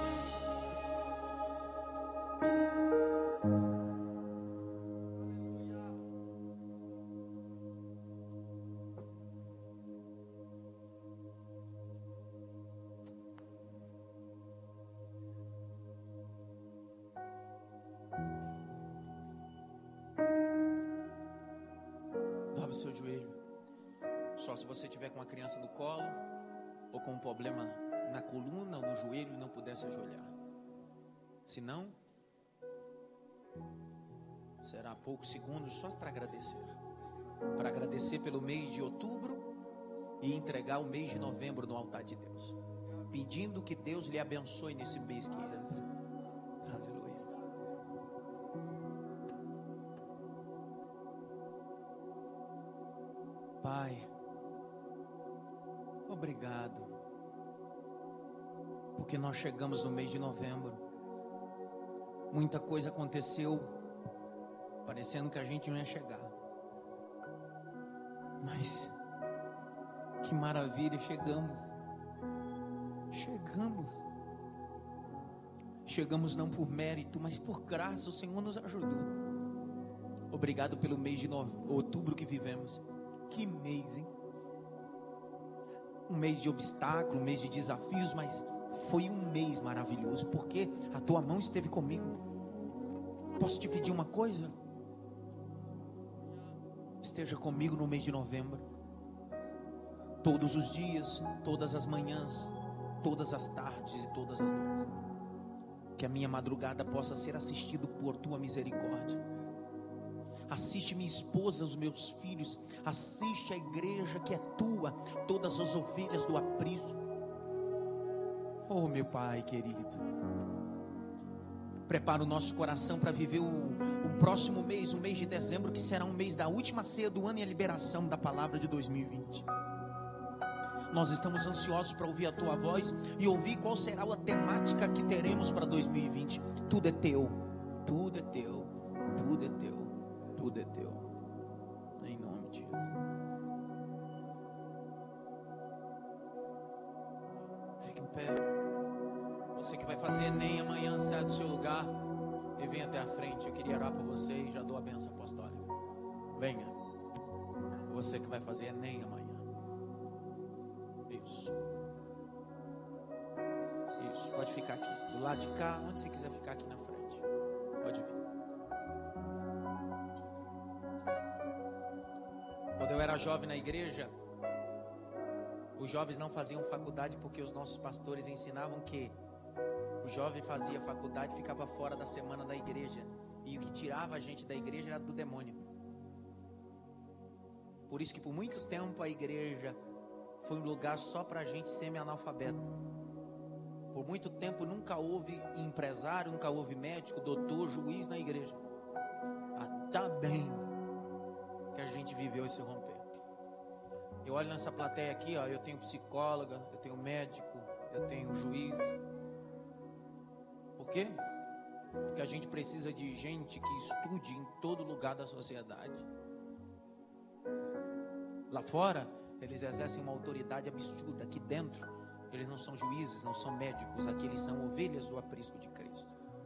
S1: Dobre o seu joelho. Só se você tiver com uma criança no colo ou com um problema na coluna ou no joelho e não puder se ajoelhar. Se não, será poucos segundos só para agradecer. Para agradecer pelo mês de outubro e entregar o mês de novembro no altar de Deus. Pedindo que Deus lhe abençoe nesse mês que entra. Aleluia. Pai, obrigado, porque nós chegamos no mês de novembro. Muita coisa aconteceu, parecendo que a gente não ia chegar. Mas que maravilha, chegamos não por mérito, mas por graça. O Senhor nos ajudou. Obrigado pelo mês de outubro que vivemos. Que mês, hein? Um mês de obstáculo, um mês de desafios, mas foi um mês maravilhoso, porque a tua mão esteve comigo. Posso te pedir uma coisa? Esteja comigo no mês de novembro, todos os dias, todas as manhãs, todas as tardes e todas as noites. que a minha madrugada possa ser assistido por tua misericórdia. Assiste minha esposa, os meus filhos, assiste a igreja que é tua, todas as ovelhas do aprisco. Oh, meu Pai querido, prepara o nosso coração para viver o próximo mês, o mês de dezembro, que será um mês da última ceia do ano e a liberação da palavra de 2020. Nós estamos ansiosos para ouvir a tua voz e ouvir qual será a temática que teremos para 2020. Tudo é teu, tudo é teu, tudo é teu, tudo é teu, em nome de Jesus. Fique em pé. Você que vai fazer Enem amanhã, sai do seu lugar e venha até a frente. Eu queria orar por você e já dou a bênção apostólica. Venha. Você que vai fazer Enem amanhã. Isso. Isso. Pode ficar aqui. Do lado de cá, onde você quiser ficar aqui na frente. Pode vir. Quando eu era jovem na igreja, os jovens não faziam faculdade porque os nossos pastores ensinavam que o jovem fazia faculdade e ficava fora da semana da igreja. E o que tirava a gente da igreja era do demônio. Por isso que por muito tempo a igreja foi um lugar só para gente semi-analfabeto. Por muito tempo nunca houve empresário, nunca houve médico, doutor, juiz na igreja. Tá bem que a gente viveu esse romper. Eu olho nessa plateia aqui, ó, eu tenho psicóloga, eu tenho médico, eu tenho juiz. Por quê? Porque a gente precisa de gente que estude em todo lugar da sociedade. Lá fora, eles exercem uma autoridade absurda. Aqui dentro, eles não são juízes, não são médicos. Aqui eles são ovelhas do aprisco de Cristo.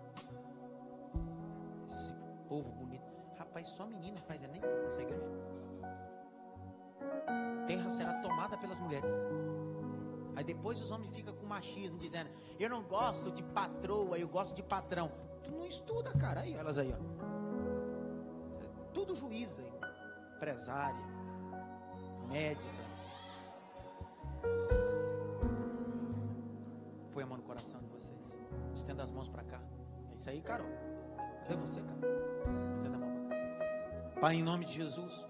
S1: Esse povo bonito. Rapaz, só menina faz Enem nessa igreja. A terra será tomada pelas mulheres. Aí depois os homens ficam com machismo, dizendo: eu não gosto de patroa, eu gosto de patrão. Tu não estuda, cara. Aí elas aí, ó. Tudo juíza, empresária, médica. Põe a mão no coração de vocês. Estenda as mãos para cá. É isso aí, Carol. Cadê você, Carol? Estenda a mão pra cá. Pai, em nome de Jesus,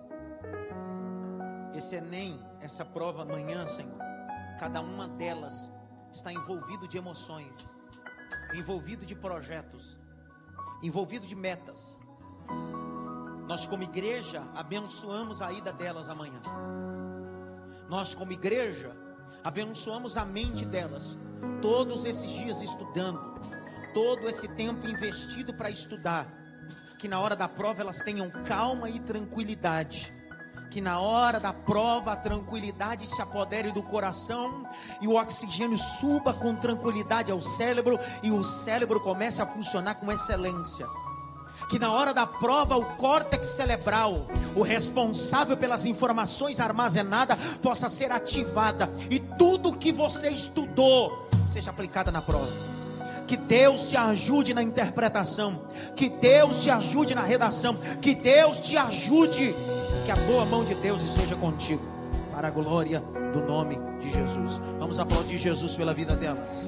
S1: esse Enem, essa prova amanhã, Senhor, cada uma delas está envolvido de emoções, envolvido de projetos, envolvido de metas. Nós como igreja abençoamos a ida delas amanhã. Nós como igreja abençoamos a mente delas, todos esses dias estudando, todo esse tempo investido para estudar, que na hora da prova elas tenham calma e tranquilidade, que na hora da prova a tranquilidade se apodere do coração e o oxigênio suba com tranquilidade ao cérebro e o cérebro comece a funcionar com excelência. Que na hora da prova o córtex cerebral, o responsável pelas informações armazenadas, possa ser ativada e tudo que você estudou seja aplicado na prova. Que Deus te ajude na interpretação, que Deus te ajude na redação, que Deus te ajude, que a boa mão de Deus esteja contigo, para a glória do nome de Jesus. Vamos aplaudir Jesus pela vida delas.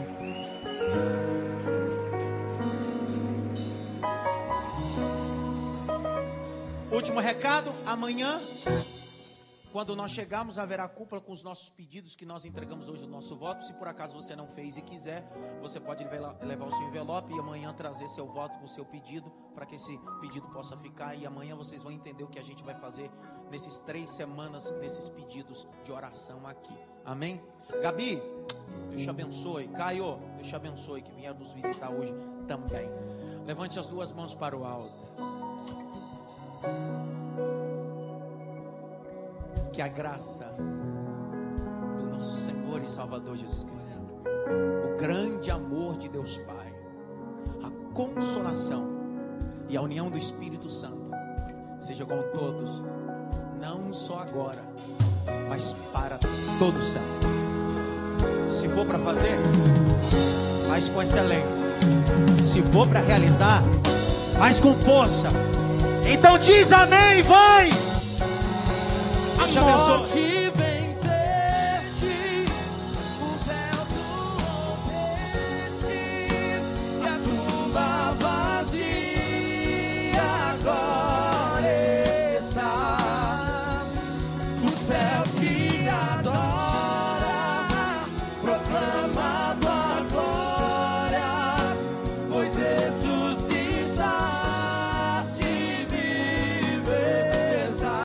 S1: Último recado: amanhã, quando nós chegarmos, haverá cúpula com os nossos pedidos que nós entregamos hoje no nosso voto. Se por acaso você não fez e quiser, você pode levar o seu envelope e amanhã trazer seu voto com o seu pedido, para que esse pedido possa ficar. E amanhã vocês vão entender o que a gente vai fazer nesses 3 semanas, nesses pedidos de oração aqui. Amém? Gabi, Deus te abençoe. Caio, Deus te abençoe, que vieram nos visitar hoje também. Levante as 2 mãos para o alto. Que a graça do nosso Senhor e Salvador Jesus Cristo, o grande amor de Deus Pai, a consolação e a união do Espírito Santo seja com todos, não só agora, mas para todo sempre. Se for para fazer, faz com excelência. Se for para realizar, faz com força. Então diz amém, vai! Deus te abençoe.
S2: Venceste, o véu tu rompeste, o céu te adora.